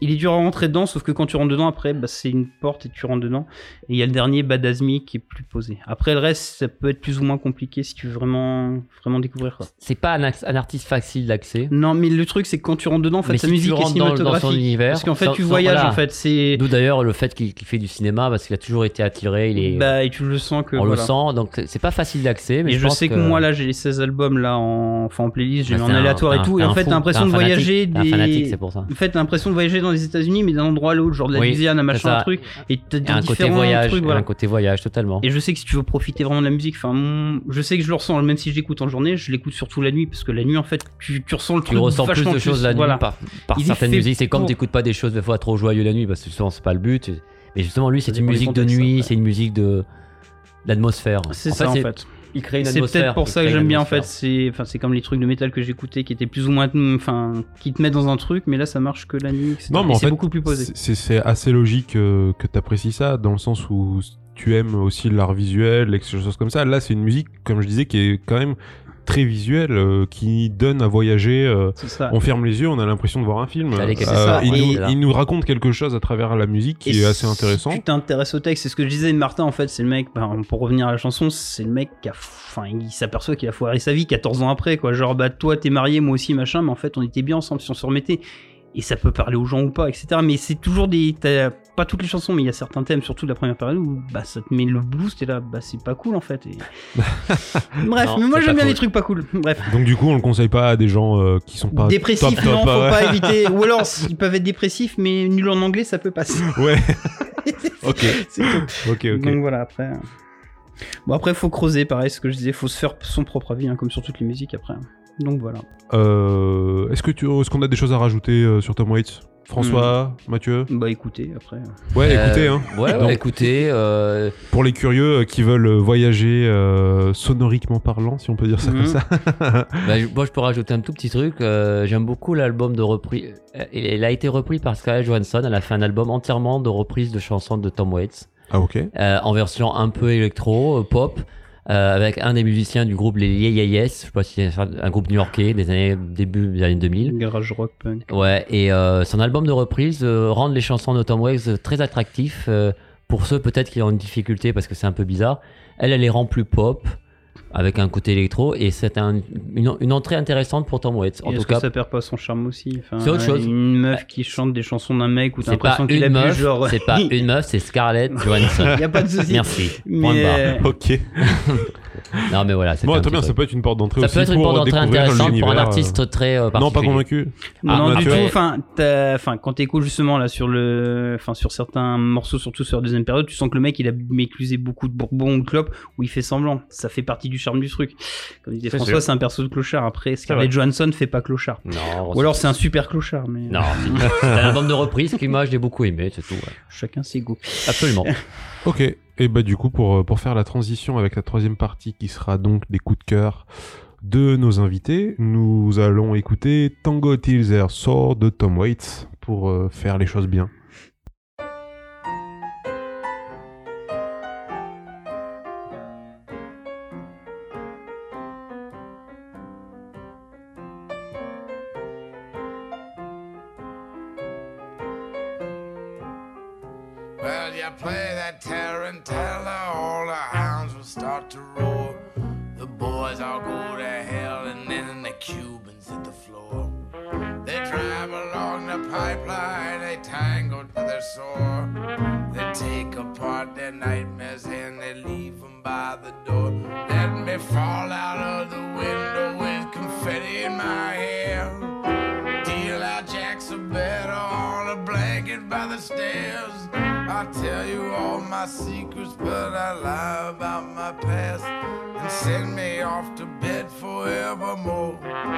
il est dur à rentrer dedans, sauf que quand tu rentres dedans, après, c'est une porte et tu rentres dedans. Et il y a le dernier, Bad As Me, qui est plus posé. Après, le reste, ça peut être plus ou moins compliqué si tu veux vraiment découvrir, quoi. C'est pas un artiste facile d'accès. Non, mais le truc, c'est que quand tu rentres dedans, en fait, sa musique est cinématographique. Dans son univers, parce qu'en fait, tu voyages, voilà. en fait. C'est... D'où d'ailleurs le fait qu'il fait du cinéma, parce qu'il a toujours été attiré. Et tu le sens que. On le sent, donc c'est pas facile d'accès. Mais et je sais que moi, là, j'ai les 16 albums là en playlist, j'ai mis en aléatoire et tout. Et en fait, t'as l'impression de voyager. Un fanatique, c'est pour ça. En fait, t'as l'impression de voyager dans les États-Unis, mais d'un endroit à l'autre, genre de la Louisiane à machin, un truc. Et t'as un côté voyage, trucs, voilà. un côté voyage totalement. Et je sais que si tu veux profiter vraiment de la musique, je sais que je le ressens, même si je l'écoute en journée, je l'écoute surtout la nuit, parce que la nuit, en fait, tu ressens le truc. Tu ressens plus de choses la nuit par certaines musiques. C'est comme t'écoutes pas des choses des fois trop joyeux la nuit, parce que souvent c'est pas le but. Mais justement, lui, c'est une musique de nuit, c'est une musique d'atmosphère. C'est ça, en fait. Il crée une c'est atmosphère. C'est peut-être pour ça que j'aime bien, en fait. C'est comme les trucs de métal que j'écoutais qui étaient plus ou moins, qui te mettent dans un truc, mais là ça marche que la nuit, etc. Non, mais c'est beaucoup plus posé. C'est assez logique que t'apprécies ça, dans le sens où tu aimes aussi l'art visuel, les choses comme ça. Là, c'est une musique, comme je disais, qui est quand même très visuelle, qui donne à voyager. On ferme les yeux, on a l'impression de voir un film. Il nous raconte quelque chose à travers la musique qui est assez intéressant. Si tu t'intéresses au texte, c'est ce que je disais, Martin, en fait, c'est le mec, pour revenir à la chanson, c'est le mec il s'aperçoit qu'il a foiré sa vie 14 ans après, quoi. Genre, toi, t'es marié, moi aussi, machin, mais en fait, on était bien ensemble si on se remettait. Et ça peut parler aux gens ou pas, etc. Mais c'est toujours t'as pas toutes les chansons, mais il y a certains thèmes, surtout de la première période, où ça te met le blues, t'es là, c'est pas cool en fait. Bref, mais moi j'aime bien les trucs pas cool. Bref. Donc du coup, on le conseille pas à des gens qui sont pas dépressifs, top, non, faut pas éviter. Ou alors, ils peuvent être dépressifs, mais nul en anglais, ça peut passer. Ouais. Ok. C'est tout. Ok. Donc voilà, après. Bon, après, faut creuser, pareil, ce que je disais, faut se faire son propre avis, comme sur toutes les musiques après. Donc voilà. Est-ce qu'on a des choses à rajouter sur Tom Waits? François, Mathieu? Bah écoutez, après. Ouais, écoutez. Hein. Ouais, écoutez. Pour les curieux qui veulent voyager sonoriquement parlant, si on peut dire ça comme ça. Moi, je peux rajouter un tout petit truc. J'aime beaucoup l'album de reprise. Il a été repris par Scarlett Johansson. Elle a fait un album entièrement de reprises de chansons de Tom Waits. Ah, ok. En version un peu électro, pop. Avec un des musiciens du groupe les Yeah Yes, je sais pas si c'est un groupe new-yorkais début des années 2000. Garage rock punk. Ouais, et son album de reprise rend les chansons de Tom Waits très attractifs pour ceux peut-être qui ont une difficulté parce que c'est un peu bizarre. Elle les rend plus pop avec un côté électro et c'est une entrée intéressante pour Tom Waits. En tout cas, ça perd pas son charme aussi. C'est autre chose. Une meuf qui chante des chansons d'un mec où t'as l'impression qu'il a meuf, bu genre. C'est pas une meuf, c'est Scarlett Johansson. Y a pas de souci. Merci. Point de barre. Ok. Non mais voilà, c'est très bien, ça peut être une porte d'entrée aussi. Ça peut être une porte d'entrée intéressante pour un artiste très particulier. Non, pas convaincu. Non, du tout. Quand t'écoutes justement là sur certains morceaux, surtout sur la deuxième période, tu sens que le mec il a méclusé beaucoup de bourbon ou de clope où il fait semblant. Ça fait partie du charme du truc. Comme disait François, c'est un perso de clochard. Après, Scarlett Johansson fait pas clochard. Non. Ou alors c'est un super clochard. Mais... Non, c'est un album de reprise qui moi j'ai beaucoup aimé, c'est tout. Ouais. Chacun ses goûts. Absolument. Ok. Et bah du coup pour faire la transition avec la troisième partie qui sera donc des coups de cœur de nos invités, nous allons écouter Tango Till Their Sword de Tom Waits pour faire les choses bien. Well, you play that tarantella, all the hounds will start to roar. The boys all go to hell, and then the Cubans hit the floor. They drive along the pipeline, they tango to their sore. They take apart their nightmares and they leave them by the door. Let me fall out of the window with confetti in my hair. Deal out jacks of better on a blanket by the stairs. I tell you all my secrets, but I lie about my past and send me off to bed forevermore.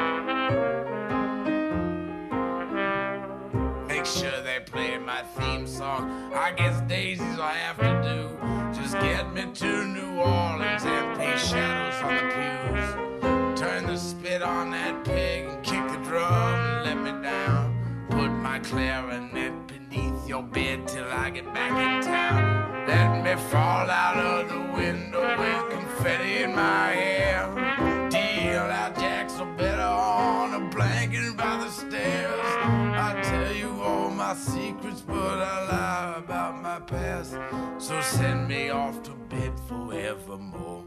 Make sure they play my theme song. I guess Daisy's I have to do. Just get me to New Orleans and paint shadows on the pews. Turn the spit on that pig and kick the drum and let me down. Put my clarinet beneath your bed till I get back in town. Let me fall out of the window with confetti in my hair. Deal out jacks or better on a blanket by the stairs. I tell you all my secrets, but I lie about my past. So send me off to bed forevermore.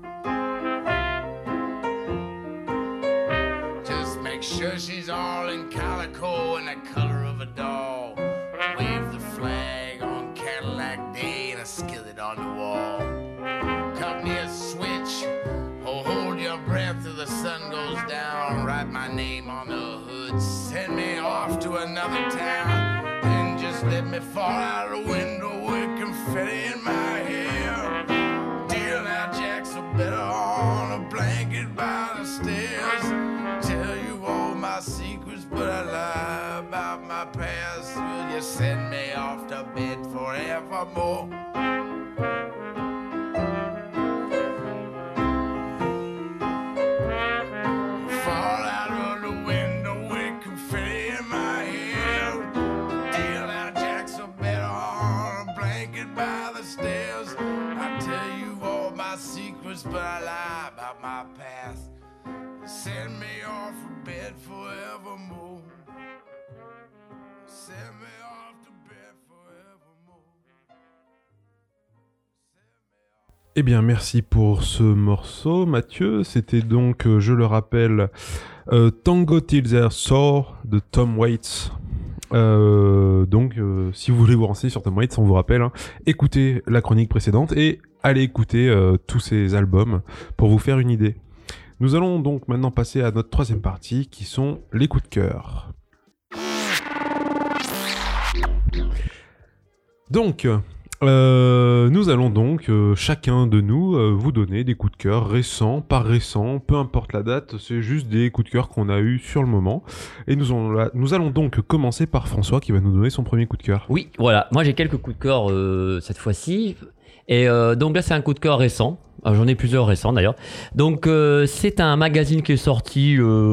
Just make sure she's all in calico and the color of a doll. Wave the flag on Cadillac Day and a skillet on the wall. Cut me a switch, oh, hold your breath till the sun goes down. Write my name on the hood, send me off to another town. Then just let me fall out the window with confetti in my hair. Dear, now Jack's a better on a blanket by the stairs. Tell you all my secrets, but I lie about my past. Will you send me off to bed forevermore? Fall out of the window with confetti in my hair. Dear, now Jack's a better on a blanket by the stairs. I tell you all my secrets, but I lie about my past. Send me off to bed forevermore. Send me off to bed forevermore. Eh bien, merci pour ce morceau, Mathieu. C'était donc, je le rappelle, Tango Till Their Soul de Tom Waits. Donc, si vous voulez vous renseigner sur Tom Waits, on vous rappelle, hein, écoutez la chronique précédente et allez écouter tous ces albums pour vous faire une idée. Nous allons donc maintenant passer à notre troisième partie, qui sont les coups de cœur. Donc, nous allons donc, chacun de nous, vous donner des coups de cœur récents, pas récents, peu importe la date, c'est juste des coups de cœur qu'on a eus sur le moment. Et nous allons donc commencer par François, qui va nous donner son premier coup de cœur. Oui, voilà, moi j'ai quelques coups de cœur cette fois-ci. Et donc là, c'est un coup de cœur récent. J'en ai plusieurs récents d'ailleurs. Donc c'est un magazine qui est sorti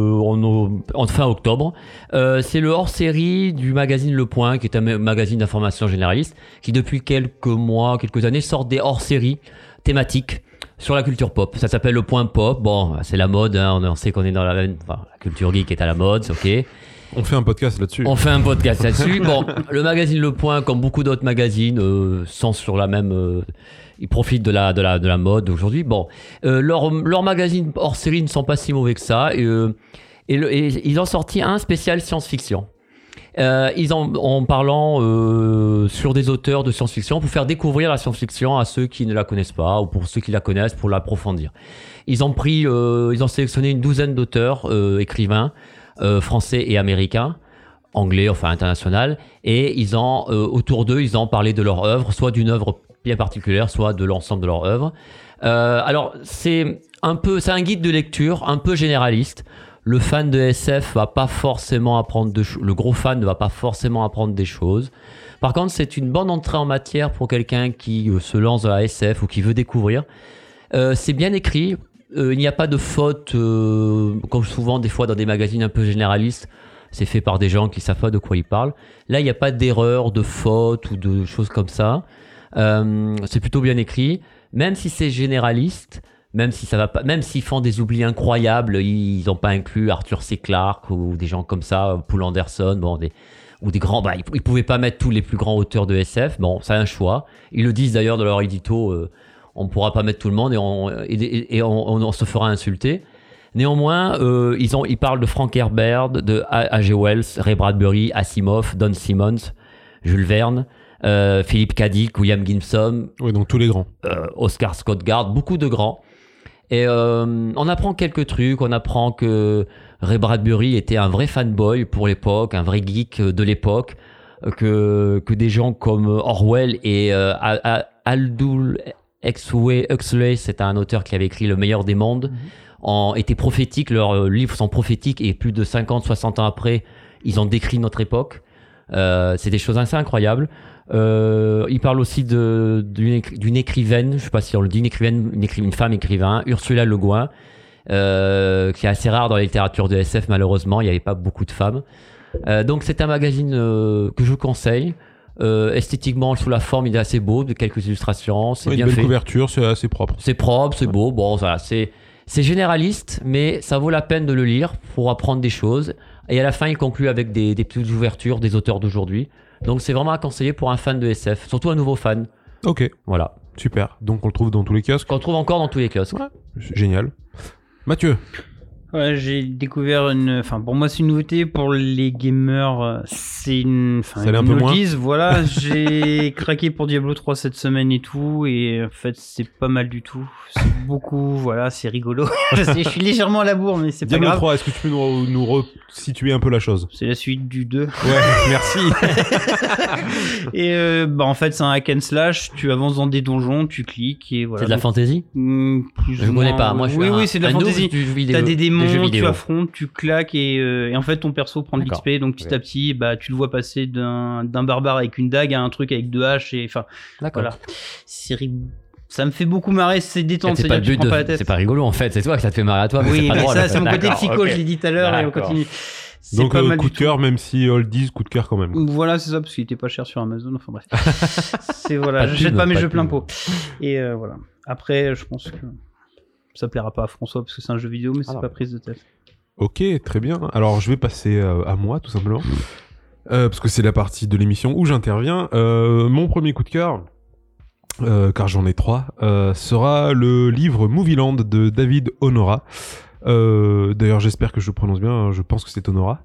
en fin octobre. C'est le hors-série du magazine Le Point, qui est un magazine d'information généraliste, qui depuis quelques années sort des hors-séries thématiques sur la culture pop. Ça s'appelle Le Point Pop. Bon, c'est la mode, hein, on sait qu'on est dans la culture geek est à la mode, c'est ok. On fait un podcast là-dessus. Bon, le magazine Le Point, comme beaucoup d'autres magazines, sont sur la même... ils profitent de la mode aujourd'hui. Bon, leurs magazines hors série ne sont pas si mauvais que ça. Et ils ont sorti un spécial science-fiction. En parlant sur des auteurs de science-fiction pour faire découvrir la science-fiction à ceux qui ne la connaissent pas ou pour ceux qui la connaissent pour l'approfondir. Ils ont sélectionné une douzaine d'auteurs, écrivains, français et américains, anglais, enfin international, et ils ont autour d'eux, ils ont parlé de leur œuvre, soit d'une œuvre bien particulière, soit de l'ensemble de leur œuvre. Alors c'est un guide de lecture un peu généraliste. Le fan de SF va pas forcément apprendre le gros fan ne va pas forcément apprendre des choses. Par contre, c'est une bonne entrée en matière pour quelqu'un qui se lance dans la SF ou qui veut découvrir. C'est bien écrit. Il n'y a pas de faute, comme souvent des fois dans des magazines un peu généralistes, c'est fait par des gens qui savent pas de quoi ils parlent. Là, il n'y a pas d'erreur, de faute ou de choses comme ça. C'est plutôt bien écrit, même si c'est généraliste, même si ça va pas, même s'ils font des oublis incroyables, ils n'ont pas inclus Arthur C. Clarke ou des gens comme ça, Poul Anderson, ou des grands, ils pouvaient pas mettre tous les plus grands auteurs de SF. Bon, c'est un choix. Ils le disent d'ailleurs dans leur édito. On pourra pas mettre tout le monde et on se fera insulter. Néanmoins, ils parlent de Frank Herbert, de H.G. Wells, Ray Bradbury, Asimov, Don Simmons, Jules Verne, Philip K. Dick, William Gibson. Oui, donc tous les grands. Oscar Scott Gard, beaucoup de grands. Et on apprend quelques trucs. On apprend que Ray Bradbury était un vrai fanboy pour l'époque, un vrai geek de l'époque, que des gens comme Orwell et Aldous Huxley, c'est un auteur qui avait écrit Le Meilleur des mondes, étaient prophétiques, leurs livres sont prophétiques et plus de 50-60 ans après, ils ont décrit notre époque. C'est des choses assez incroyables. Il parle aussi d'une écrivaine, je ne sais pas si on le dit, une femme écrivain, Ursula Le Guin, qui est assez rare dans la littérature de SF malheureusement, il n'y avait pas beaucoup de femmes. Donc c'est un magazine que je conseille. Esthétiquement, sous la forme, il est assez beau, de quelques illustrations, c'est bien fait. Une belle couverture, c'est assez propre. C'est propre, c'est beau. Bon, voilà, c'est C'est généraliste, mais ça vaut la peine de le lire pour apprendre des choses. Et à la fin, il conclut avec des petites ouvertures des auteurs d'aujourd'hui. Donc c'est vraiment à conseiller pour un fan de SF, surtout un nouveau fan. Ok, Voilà. super. Donc on le trouve dans tous les kiosques. Qu'on trouve encore dans tous les kiosques. Ouais. Génial. Mathieu. Ouais, j'ai découvert enfin pour moi c'est une nouveauté, pour les gamers c'est une allait un peu moins. oldies, voilà. J'ai craqué pour Diablo 3 cette semaine et tout, et en fait c'est pas mal du tout, c'est beaucoup, voilà, c'est rigolo. Je suis légèrement à la bourre, mais c'est pas Diablo grave. 3, est-ce que tu peux nous resituer un peu la chose? C'est la suite du 2. Ouais, merci. Et en fait c'est un hack and slash, tu avances dans des donjons, tu cliques et voilà. C'est de la fantasy? Plus Je ou connais moins, pas. Moi, je suis oui, c'est de la noob fantasy. du jeu vidéo. T'as des démons, jeux tu vidéo. affrontes, tu claques, et en fait ton perso prend de D'accord. l'XP, donc petit à petit tu le vois passer d'un barbare avec une dague à un truc avec 2 haches, et enfin D'accord. voilà. Ça me fait beaucoup marrer, c'est détente, C'est pas le c'est-à-dire que tu but prends pas la de... tête. C'est pas rigolo en fait, c'est toi que ça te fait marrer à toi. Mais Oui, c'est pas mais drôle, ça en fait. c'est mon côté D'accord, psycho, ok. je l'ai dit tout à l'heure, et on D'accord. continue. C'est Donc pas mal coup du de cœur, tout. même si oldies, coup de cœur quand même. Voilà, c'est ça, parce qu'il était pas cher sur Amazon, enfin bref. C'est Pas voilà, de j'achète pub, pas mes pas de jeux plein pub. pot. Et voilà. Après, je pense que ça plaira pas à François parce que c'est un jeu vidéo, mais c'est Alors. pas prise de tête. Ok, très bien. Alors je vais passer à moi tout simplement. Parce que c'est la partie de l'émission où j'interviens. Mon premier coup de cœur, car j'en ai 3, sera le livre Movieland de David Honora. D'ailleurs j'espère que je le prononce bien, je pense que c'est Honora.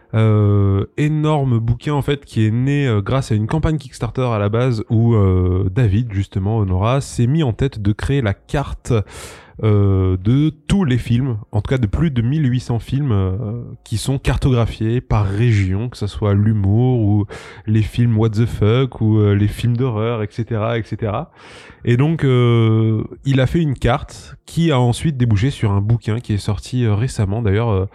Énorme bouquin en fait qui est né grâce à une campagne Kickstarter à la base où David justement Honora s'est mis en tête de créer la carte de tous les films, en tout cas de plus de 1800 films qui sont cartographiés par région, que ce soit l'humour ou les films what the fuck ou les films d'horreur, etc., etc. Et donc il a fait une carte qui a ensuite débouché sur un bouquin qui est sorti récemment d'ailleurs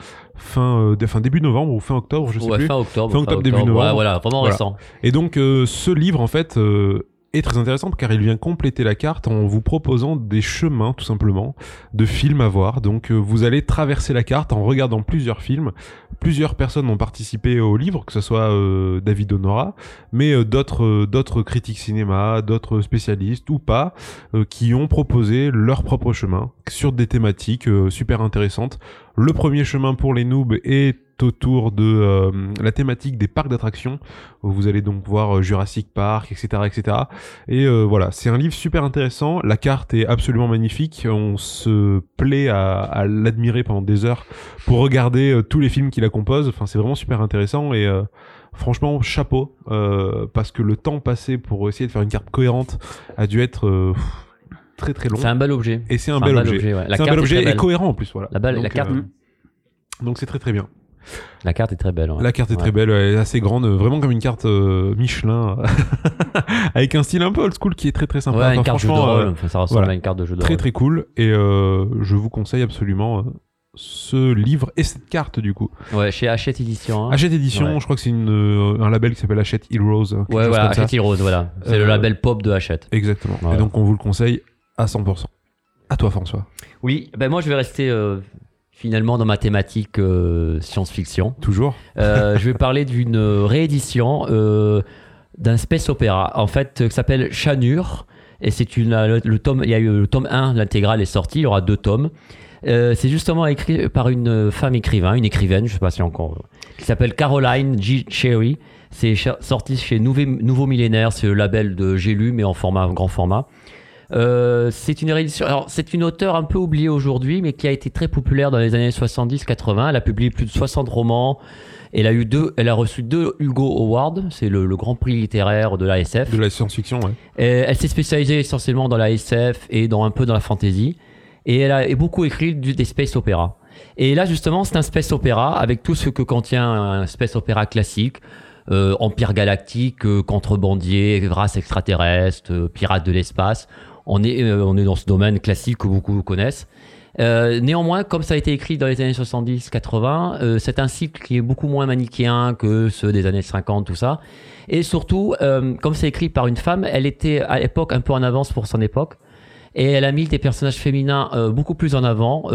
début novembre ou fin octobre, je sais plus. Fin octobre. Fin octobre, début novembre. Ouais, voilà, vraiment Voilà. récent. Et donc ce livre en fait est très intéressant car il vient compléter la carte en vous proposant des chemins tout simplement de films à voir. Donc vous allez traverser la carte en regardant plusieurs films. Plusieurs personnes ont participé au livre, que ce soit David Honora, mais d'autres critiques cinéma, d'autres spécialistes ou pas, qui ont proposé leur propre chemin sur des thématiques super intéressantes. Le premier chemin pour les noobs est autour de la thématique des parcs d'attractions. Vous allez donc voir Jurassic Park, etc., etc. Et voilà, c'est un livre super intéressant. La carte est absolument magnifique. On se plaît à l'admirer pendant des heures pour regarder tous les films qui la composent. Enfin, c'est vraiment super intéressant et franchement, chapeau, parce que le temps passé pour essayer de faire une carte cohérente a dû être très très long. C'est un bel objet. Et c'est un bel objet. Ouais. C'est un bel objet et cohérent en plus, voilà. La carte. Donc c'est très très bien. La carte est très belle. Ouais. La carte est très belle, elle est assez grande, vraiment comme une carte Michelin, avec un style un peu old school qui est très très sympa. Ouais, Enfin, une carte jeu de franchement, rôle. Enfin, ça ressemble voilà. à une carte de jeu de très rôle. très cool. Et je vous conseille absolument ce livre et cette carte du coup. Ouais, chez Hachette Édition. Hein. Hachette Édition, Ouais. je crois que c'est un label qui s'appelle Hachette Heroes. quelque Ouais, chose voilà, comme ça. Hachette Heroes, voilà. C'est le label pop de Hachette. Exactement. Voilà. Et donc on vous le conseille à 100%. À toi François. Oui, ben moi je vais rester finalement dans ma thématique science-fiction. Toujours. Je vais parler d'une réédition d'un space opéra, en fait, qui s'appelle Chanur. Et c'est le tome, il y a eu le tome 1, l'intégrale est sortie, il y aura 2 tomes. C'est justement écrit par une femme écrivaine, je sais pas si encore, qui s'appelle Caroline G. Cherry. C'est sorti chez Nouveau Millénaire, c'est le label de J'ai lu, mais en grand format. C'est une réédition. Alors, c'est une auteure un peu oubliée aujourd'hui, mais qui a été très populaire dans les années 70-80. Elle a publié plus de 60 romans. Elle a reçu 2 Hugo Awards. C'est le grand prix littéraire de la SF. De la science-fiction, ouais. Elle s'est spécialisée essentiellement dans la SF et un peu dans la fantasy. Et elle a beaucoup écrit des space opéra. Et là, justement, c'est un space opéra avec tout ce que contient un space opéra classique. Empire galactique, contrebandier, race extraterrestre, pirates de l'espace. On est dans ce domaine classique que beaucoup connaissent. Néanmoins, comme ça a été écrit dans les années 70-80, c'est un cycle qui est beaucoup moins manichéen que ceux des années 50, tout ça. Et surtout, comme c'est écrit par une femme, elle était à l'époque un peu en avance pour son époque. Et elle a mis des personnages féminins beaucoup plus en avant.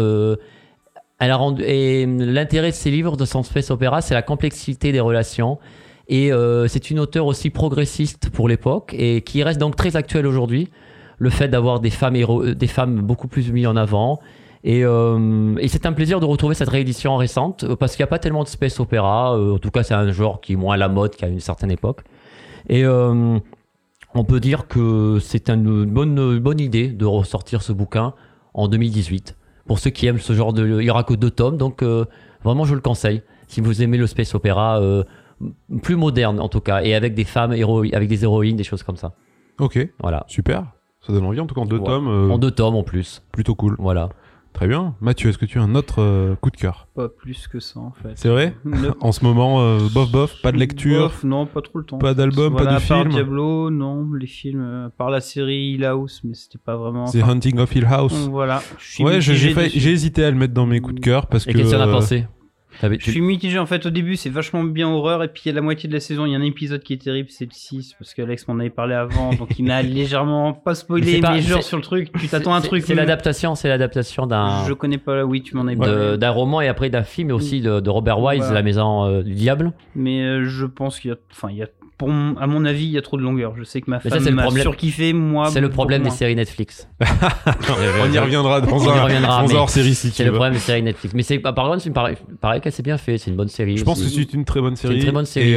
Et l'intérêt de ces livres, de son space opéra, c'est la complexité des relations. Et c'est une auteure aussi progressiste pour l'époque et qui reste donc très actuelle aujourd'hui. Le fait d'avoir des femmes beaucoup plus mises en avant Et c'est un plaisir de retrouver cette réédition récente parce qu'il n'y a pas tellement de space opéra. En tout cas, c'est un genre qui est moins à la mode qu'à une certaine époque. Et on peut dire que c'est une bonne idée de ressortir ce bouquin en 2018. Pour ceux qui aiment ce genre de... Il n'y aura que 2 tomes, donc vraiment je le conseille. Si vous aimez le space opéra, plus moderne en tout cas, et avec des femmes avec des héroïnes, des choses comme ça. Ok, voilà. Super. Ça donne envie, en tout cas en 2 tomes. En 2 tomes en plus. Plutôt cool. Voilà. Très bien. Mathieu, est-ce que tu as un autre coup de cœur? Pas plus que ça en fait. C'est vrai? En ce moment, bof, pas de lecture? Bof, non, pas trop le temps. Pas d'album, voilà, pas de film? À part Diablo, non. Les films, par la série Hill House, mais c'était pas vraiment... The Hunting of Hill House. Voilà. J'ai hésité à le mettre dans mes coups de cœur parce que... Et qu'est-ce que tu en as pensé? Je suis mitigé en fait. Au début c'est vachement bien horreur, et puis à la moitié de la saison il y a un épisode qui est terrible, c'est le 6, parce qu'Alex m'en avait parlé avant, donc il m'a légèrement pas spoilé, mais genre sur le truc tu t'attends à un truc. C'est l'adaptation d'un... Je connais pas, oui tu m'en avais parlé. D'un roman et après d'un film, mais aussi de Robert Wise, voilà. La Maison du Diable. Mais je pense qu'il y a à mon avis, il y a trop de longueur. Je sais que ma femme m'a surkiffé, moi. C'est le problème des séries Netflix. On y reviendra dans un hors-série si tu veux. C'est le problème des séries Netflix. Mais par contre, il me paraît qu'elle s'est bien fait. C'est une bonne série. Je pense que c'est une très bonne série. C'est une très bonne série. Et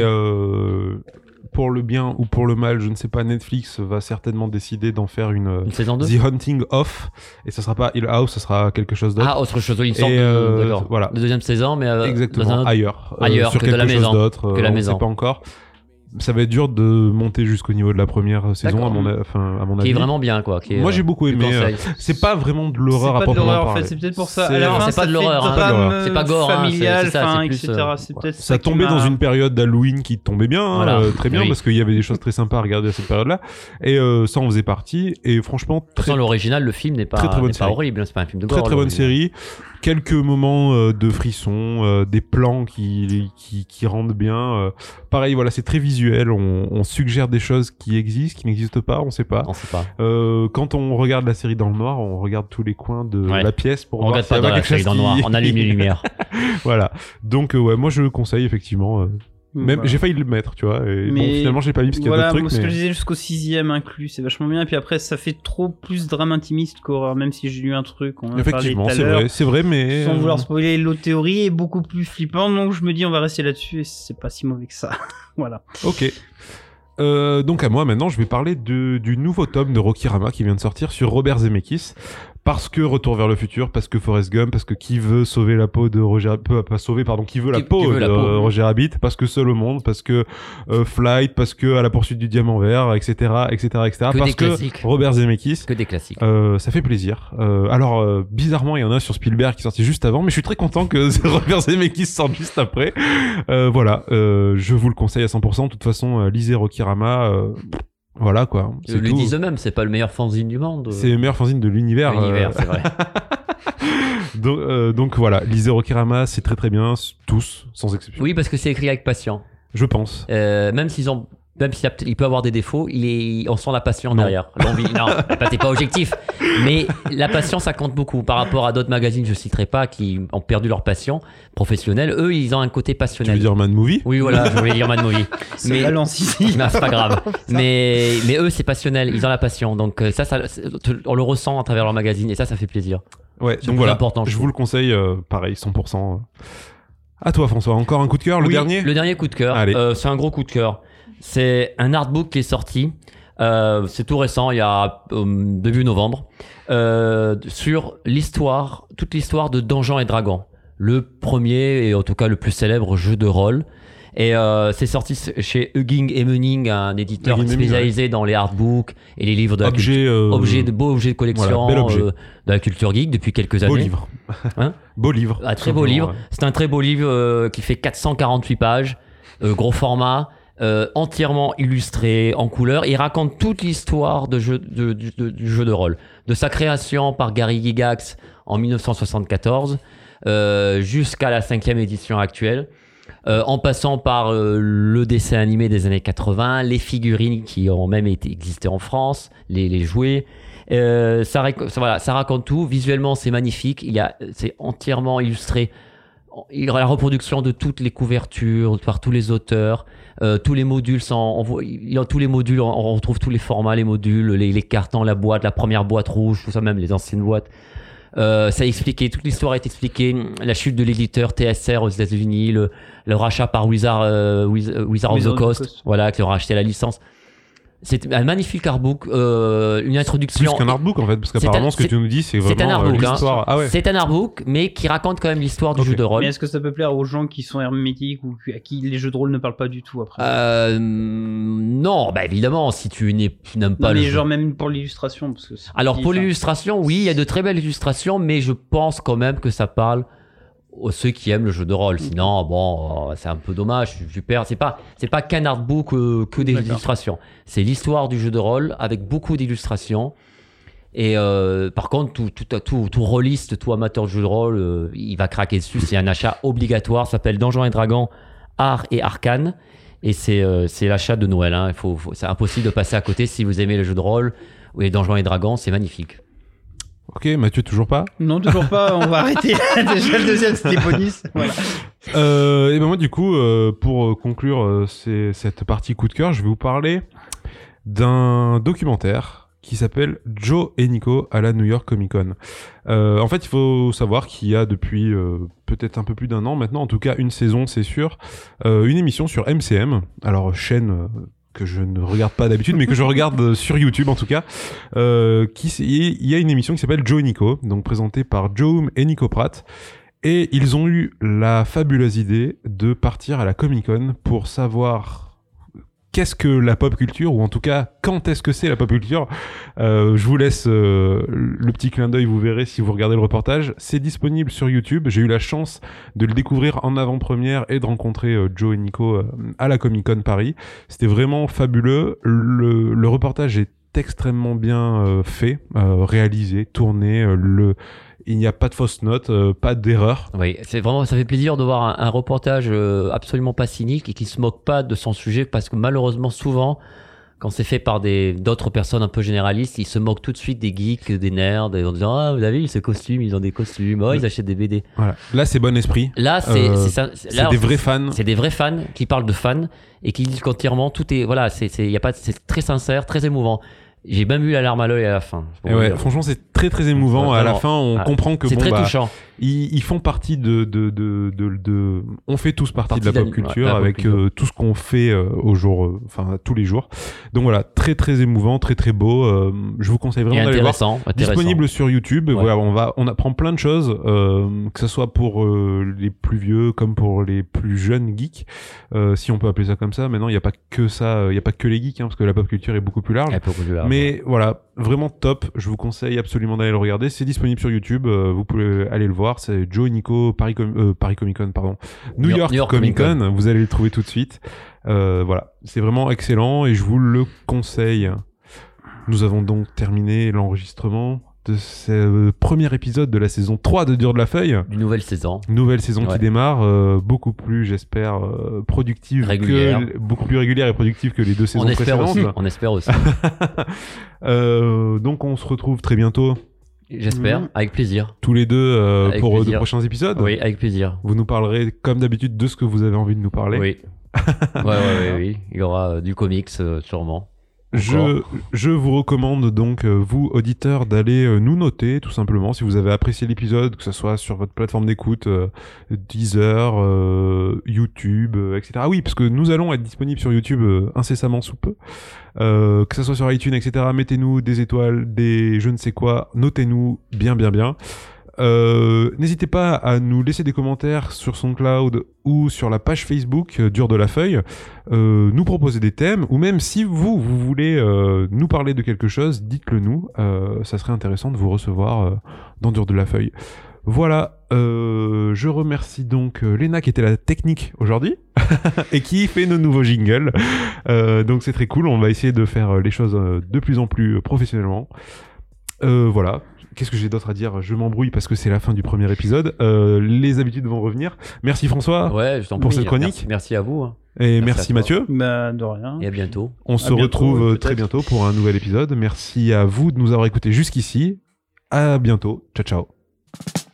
pour le bien ou pour le mal, je ne sais pas, Netflix va certainement décider d'en faire une saison 2. The Hunting of. Et ça sera pas Hill House, ça sera quelque chose d'autre. Ah, autre chose. Il me semble. D'accord. Voilà. La deuxième saison, mais exactement, ailleurs. Sur quelque de la chose maison. d'autre. Que la on maison. ne sait pas encore. Ça va être dur de monter jusqu'au niveau de la première saison, à mon avis. Qui est vraiment bien, quoi. Moi, j'ai beaucoup aimé. C'est pas vraiment de l'horreur à proprement parler. En fait, c'est peut-être pour ça. C'est pas de l'horreur. C'est pas gore, familial, etc. Ça tombait dans une période d'Halloween qui tombait bien, très bien, parce qu'il y avait des choses très sympas à regarder à cette période-là. Et ça en faisait partie. Et franchement, l'original, le film n'est pas horrible. C'est pas un film de gore. Très bonne série. Quelques moments de frissons, des plans qui rendent bien. Pareil, voilà, c'est très visuel. On suggère des choses qui existent, qui n'existent pas, on sait pas. Quand on regarde la série dans le noir, on regarde tous les coins de la pièce pour voir si il y a quelque chose dans le noir. On allume les lumières. Voilà. Donc moi je le conseille effectivement. Même j'ai failli le mettre, tu vois. Et bon, finalement j'ai pas mis parce qu'il y a d'autres trucs. Ce que je disais jusqu'au 6e inclus, c'est vachement bien. Et puis après ça fait trop plus drame intimiste qu'horreur, même si j'ai lu un truc. Effectivement, c'est vrai, mais sans vouloir spoiler, l'autre théorie est beaucoup plus flippante. Donc je me dis on va rester là-dessus et c'est pas si mauvais que ça. Voilà. Ok. Donc à moi maintenant, je vais parler du nouveau tome de Rokirama qui vient de sortir sur Robert Zemeckis. Parce que Retour vers le futur, parce que Forrest Gump, parce que qui veut sauver la peau de Roger... qui veut la peau de Roger Rabbit, parce que Seul au monde, parce que Flight, parce que À la poursuite du diamant vert, etc. Parce que Robert Zemeckis. Que des classiques. Ça fait plaisir. Alors, bizarrement, il y en a sur Spielberg qui est sorti juste avant, mais je suis très content que Robert Zemeckis sorte juste après. Voilà, je vous le conseille à 100%. De toute façon, lisez Rokirama... Voilà quoi. Ils le disent eux-mêmes, c'est pas le meilleur fanzine du monde. C'est le meilleur fanzine de l'univers. C'est vrai. donc voilà, lisez Rokirama, c'est très très bien, tous, sans exception. Oui, parce que c'est écrit avec passion. Je pense. Même s'il peut avoir des défauts, on sent la passion derrière. L'envie, non, t'es pas objectif. Mais la passion, ça compte beaucoup. Par rapport à d'autres magazines, je citerai pas, qui ont perdu leur passion professionnelle. Eux, ils ont un côté passionnel. Tu veux dire Mad Movie ? Oui, voilà, je voulais dire Mad Movie. C'est c'est pas grave. Mais eux, c'est passionnel. Ils ont la passion. Donc ça, on le ressent à travers leur magazine. Et ça fait plaisir. Ouais, donc voilà. Important, je vous le conseille, pareil, 100%. À toi, François. Encore un coup de cœur, le dernier ? Le dernier coup de cœur. C'est un gros coup de cœur. C'est un artbook qui est sorti, c'est tout récent, il y a début novembre, sur toute l'histoire de Donjons et Dragons, le premier et en tout cas le plus célèbre jeu de rôle. Et c'est sorti chez Hugging et Munning, un éditeur spécialisé dans les artbooks et les livres de la beaux objets de collection, de la culture geek depuis quelques années. Beau livre. Beau livre. Un très beau livre. C'est un très beau livre qui fait 448 pages, gros format. Entièrement illustré en couleur. Il raconte toute l'histoire du jeu de rôle, de sa création par Gary Gygax en 1974 jusqu'à la 5e édition actuelle, en passant par le dessin animé des années 80, les figurines qui ont même existé en France, les jouets. Ça raconte tout. Visuellement, c'est magnifique. C'est entièrement illustré. Il y aura la reproduction de toutes les couvertures par tous les auteurs. Tous les modules on retrouve tous les formats, les modules, les cartons, la boîte, la première boîte rouge, tout ça, même les anciennes boîtes. Ça expliquait, toute l'histoire est expliquée, la chute de l'éditeur TSR aux États-Unis, le rachat par Wizard of the Coast, voilà, qui leur a acheté la licence. C'est un magnifique artbook, une introduction. Plus qu'un artbook en fait, parce qu'apparemment ce que tu nous dis, c'est vraiment un artbook, l'histoire. Ah ouais. C'est un artbook, mais qui raconte quand même l'histoire du jeu de rôle. Mais est-ce que ça peut plaire aux gens qui sont hermétiques ou à qui les jeux de rôle ne parlent pas du tout après Non, bah évidemment, si tu n'aimes pas le jeu. genre même pour l'illustration. Parce que alors pour l'illustration, oui, il y a de très belles illustrations, mais je pense quand même que ça parle aux ceux qui aiment le jeu de rôle. Sinon, bon, c'est un peu dommage. Je perds. C'est pas qu'un artbook que des illustrations. C'est l'histoire du jeu de rôle avec beaucoup d'illustrations. Et par contre, tout rôliste, tout amateur de jeu de rôle, il va craquer dessus. C'est un achat obligatoire. Ça s'appelle Donjons et Dragons, Art et Arcane. Et c'est l'achat de Noël. Hein. C'est impossible de passer à côté si vous aimez le jeu de rôle. Oui, Donjons et Dragons, c'est magnifique. Ok, Mathieu, toujours pas ? Non, toujours pas, on va arrêter. Déjà le deuxième, c'était bonus. Voilà. Et ben moi, du coup, pour conclure cette partie coup de cœur, je vais vous parler d'un documentaire qui s'appelle Joe et Nico à la New York Comic Con. En fait, il faut savoir qu'il y a depuis peut-être un peu plus d'un an maintenant, en tout cas une saison, c'est sûr, une émission sur MCM, alors chaîne... que je ne regarde pas d'habitude, mais que je regarde sur YouTube en tout cas. Il y a une émission qui s'appelle Joe et Nico, donc présentée par Joe et Nico Pratt. Et ils ont eu la fabuleuse idée de partir à la Comic-Con pour savoir qu'est-ce que la pop culture, ou en tout cas, quand est-ce que c'est la pop culture. Je vous laisse le petit clin d'œil, vous verrez si vous regardez le reportage. C'est disponible sur YouTube. J'ai eu la chance de le découvrir en avant-première et de rencontrer Joe et Nico à la Comic-Con Paris. C'était vraiment fabuleux. Le reportage est extrêmement bien fait, réalisé, tourné. Il n'y a pas de fausses notes, pas d'erreur. Oui, c'est vraiment, ça fait plaisir de voir un reportage absolument pas cynique et qui se moque pas de son sujet, parce que malheureusement souvent, quand c'est fait par d'autres personnes un peu généralistes, ils se moquent tout de suite des geeks, des nerds, en disant ah vous avez vu ce costume, ils ont des costumes, oh ils achètent des BD. Voilà. Là c'est bon esprit. Là c'est des vrais fans. C'est des vrais fans qui parlent de fans et qui disent qu'entièrement tout est voilà, c'est très sincère, très émouvant. J'ai même eu la larme à l'œil à la fin. Ouais, franchement, c'est très très émouvant. À la fin, on comprend que c'est très touchant. Ils font partie on fait tous partie de la pop culture avec tout ce qu'on fait au jour, enfin tous les jours. Donc voilà, très très émouvant, très très beau. Je vous conseille vraiment d'aller voir. Disponible sur YouTube. Ouais. Voilà, on apprend plein de choses, que ce soit pour les plus vieux comme pour les plus jeunes geeks, si on peut appeler ça comme ça. Maintenant, il n'y a pas que ça, il n'y a pas que les geeks, parce que la pop culture est beaucoup plus large. Mais voilà, vraiment top. Je vous conseille absolument d'aller le regarder. C'est disponible sur YouTube. Vous pouvez aller le voir. C'est Joe et Nico, Paris Comic Con, pardon. New York Comic Con. Vous allez le trouver tout de suite. Voilà, c'est vraiment excellent et je vous le conseille. Nous avons donc terminé l'enregistrement de ce premier épisode de la saison 3 de Dur de la Feuille. Une nouvelle saison. Nouvelle saison qui démarre, beaucoup plus, j'espère, productive. Beaucoup plus régulière et productive que les deux saisons précédentes. On espère aussi. Donc on se retrouve très bientôt. J'espère, avec plaisir. Tous les deux pour de prochains épisodes. Oui, avec plaisir. Vous nous parlerez comme d'habitude de ce que vous avez envie de nous parler. Oui. Oui. Il y aura du comics sûrement. Je vous recommande donc, vous auditeurs, d'aller nous noter tout simplement si vous avez apprécié l'épisode, que ce soit sur votre plateforme d'écoute, Deezer, YouTube, etc. Ah oui, parce que nous allons être disponibles sur YouTube incessamment sous peu, que ce soit sur iTunes, etc. Mettez-nous des étoiles, des je ne sais quoi, notez-nous bien. N'hésitez pas à nous laisser des commentaires sur SoundCloud ou sur la page Facebook Dur de la Feuille, nous proposer des thèmes, ou même si vous voulez nous parler de quelque chose, dites-le nous, ça serait intéressant de vous recevoir dans Dur de la Feuille. Voilà, je remercie donc Léna qui était la technique aujourd'hui et qui fait nos nouveaux jingles, donc c'est très cool, on va essayer de faire les choses de plus en plus professionnellement. Voilà. Qu'est-ce que j'ai d'autre à dire ? Je m'embrouille parce que c'est la fin du premier épisode. Les habitudes vont revenir. Merci François pour cette chronique. Merci à vous. Et merci Mathieu. De rien. Et à bientôt. On se retrouve très bientôt pour un nouvel épisode. Merci à vous de nous avoir écoutés jusqu'ici. À bientôt. Ciao.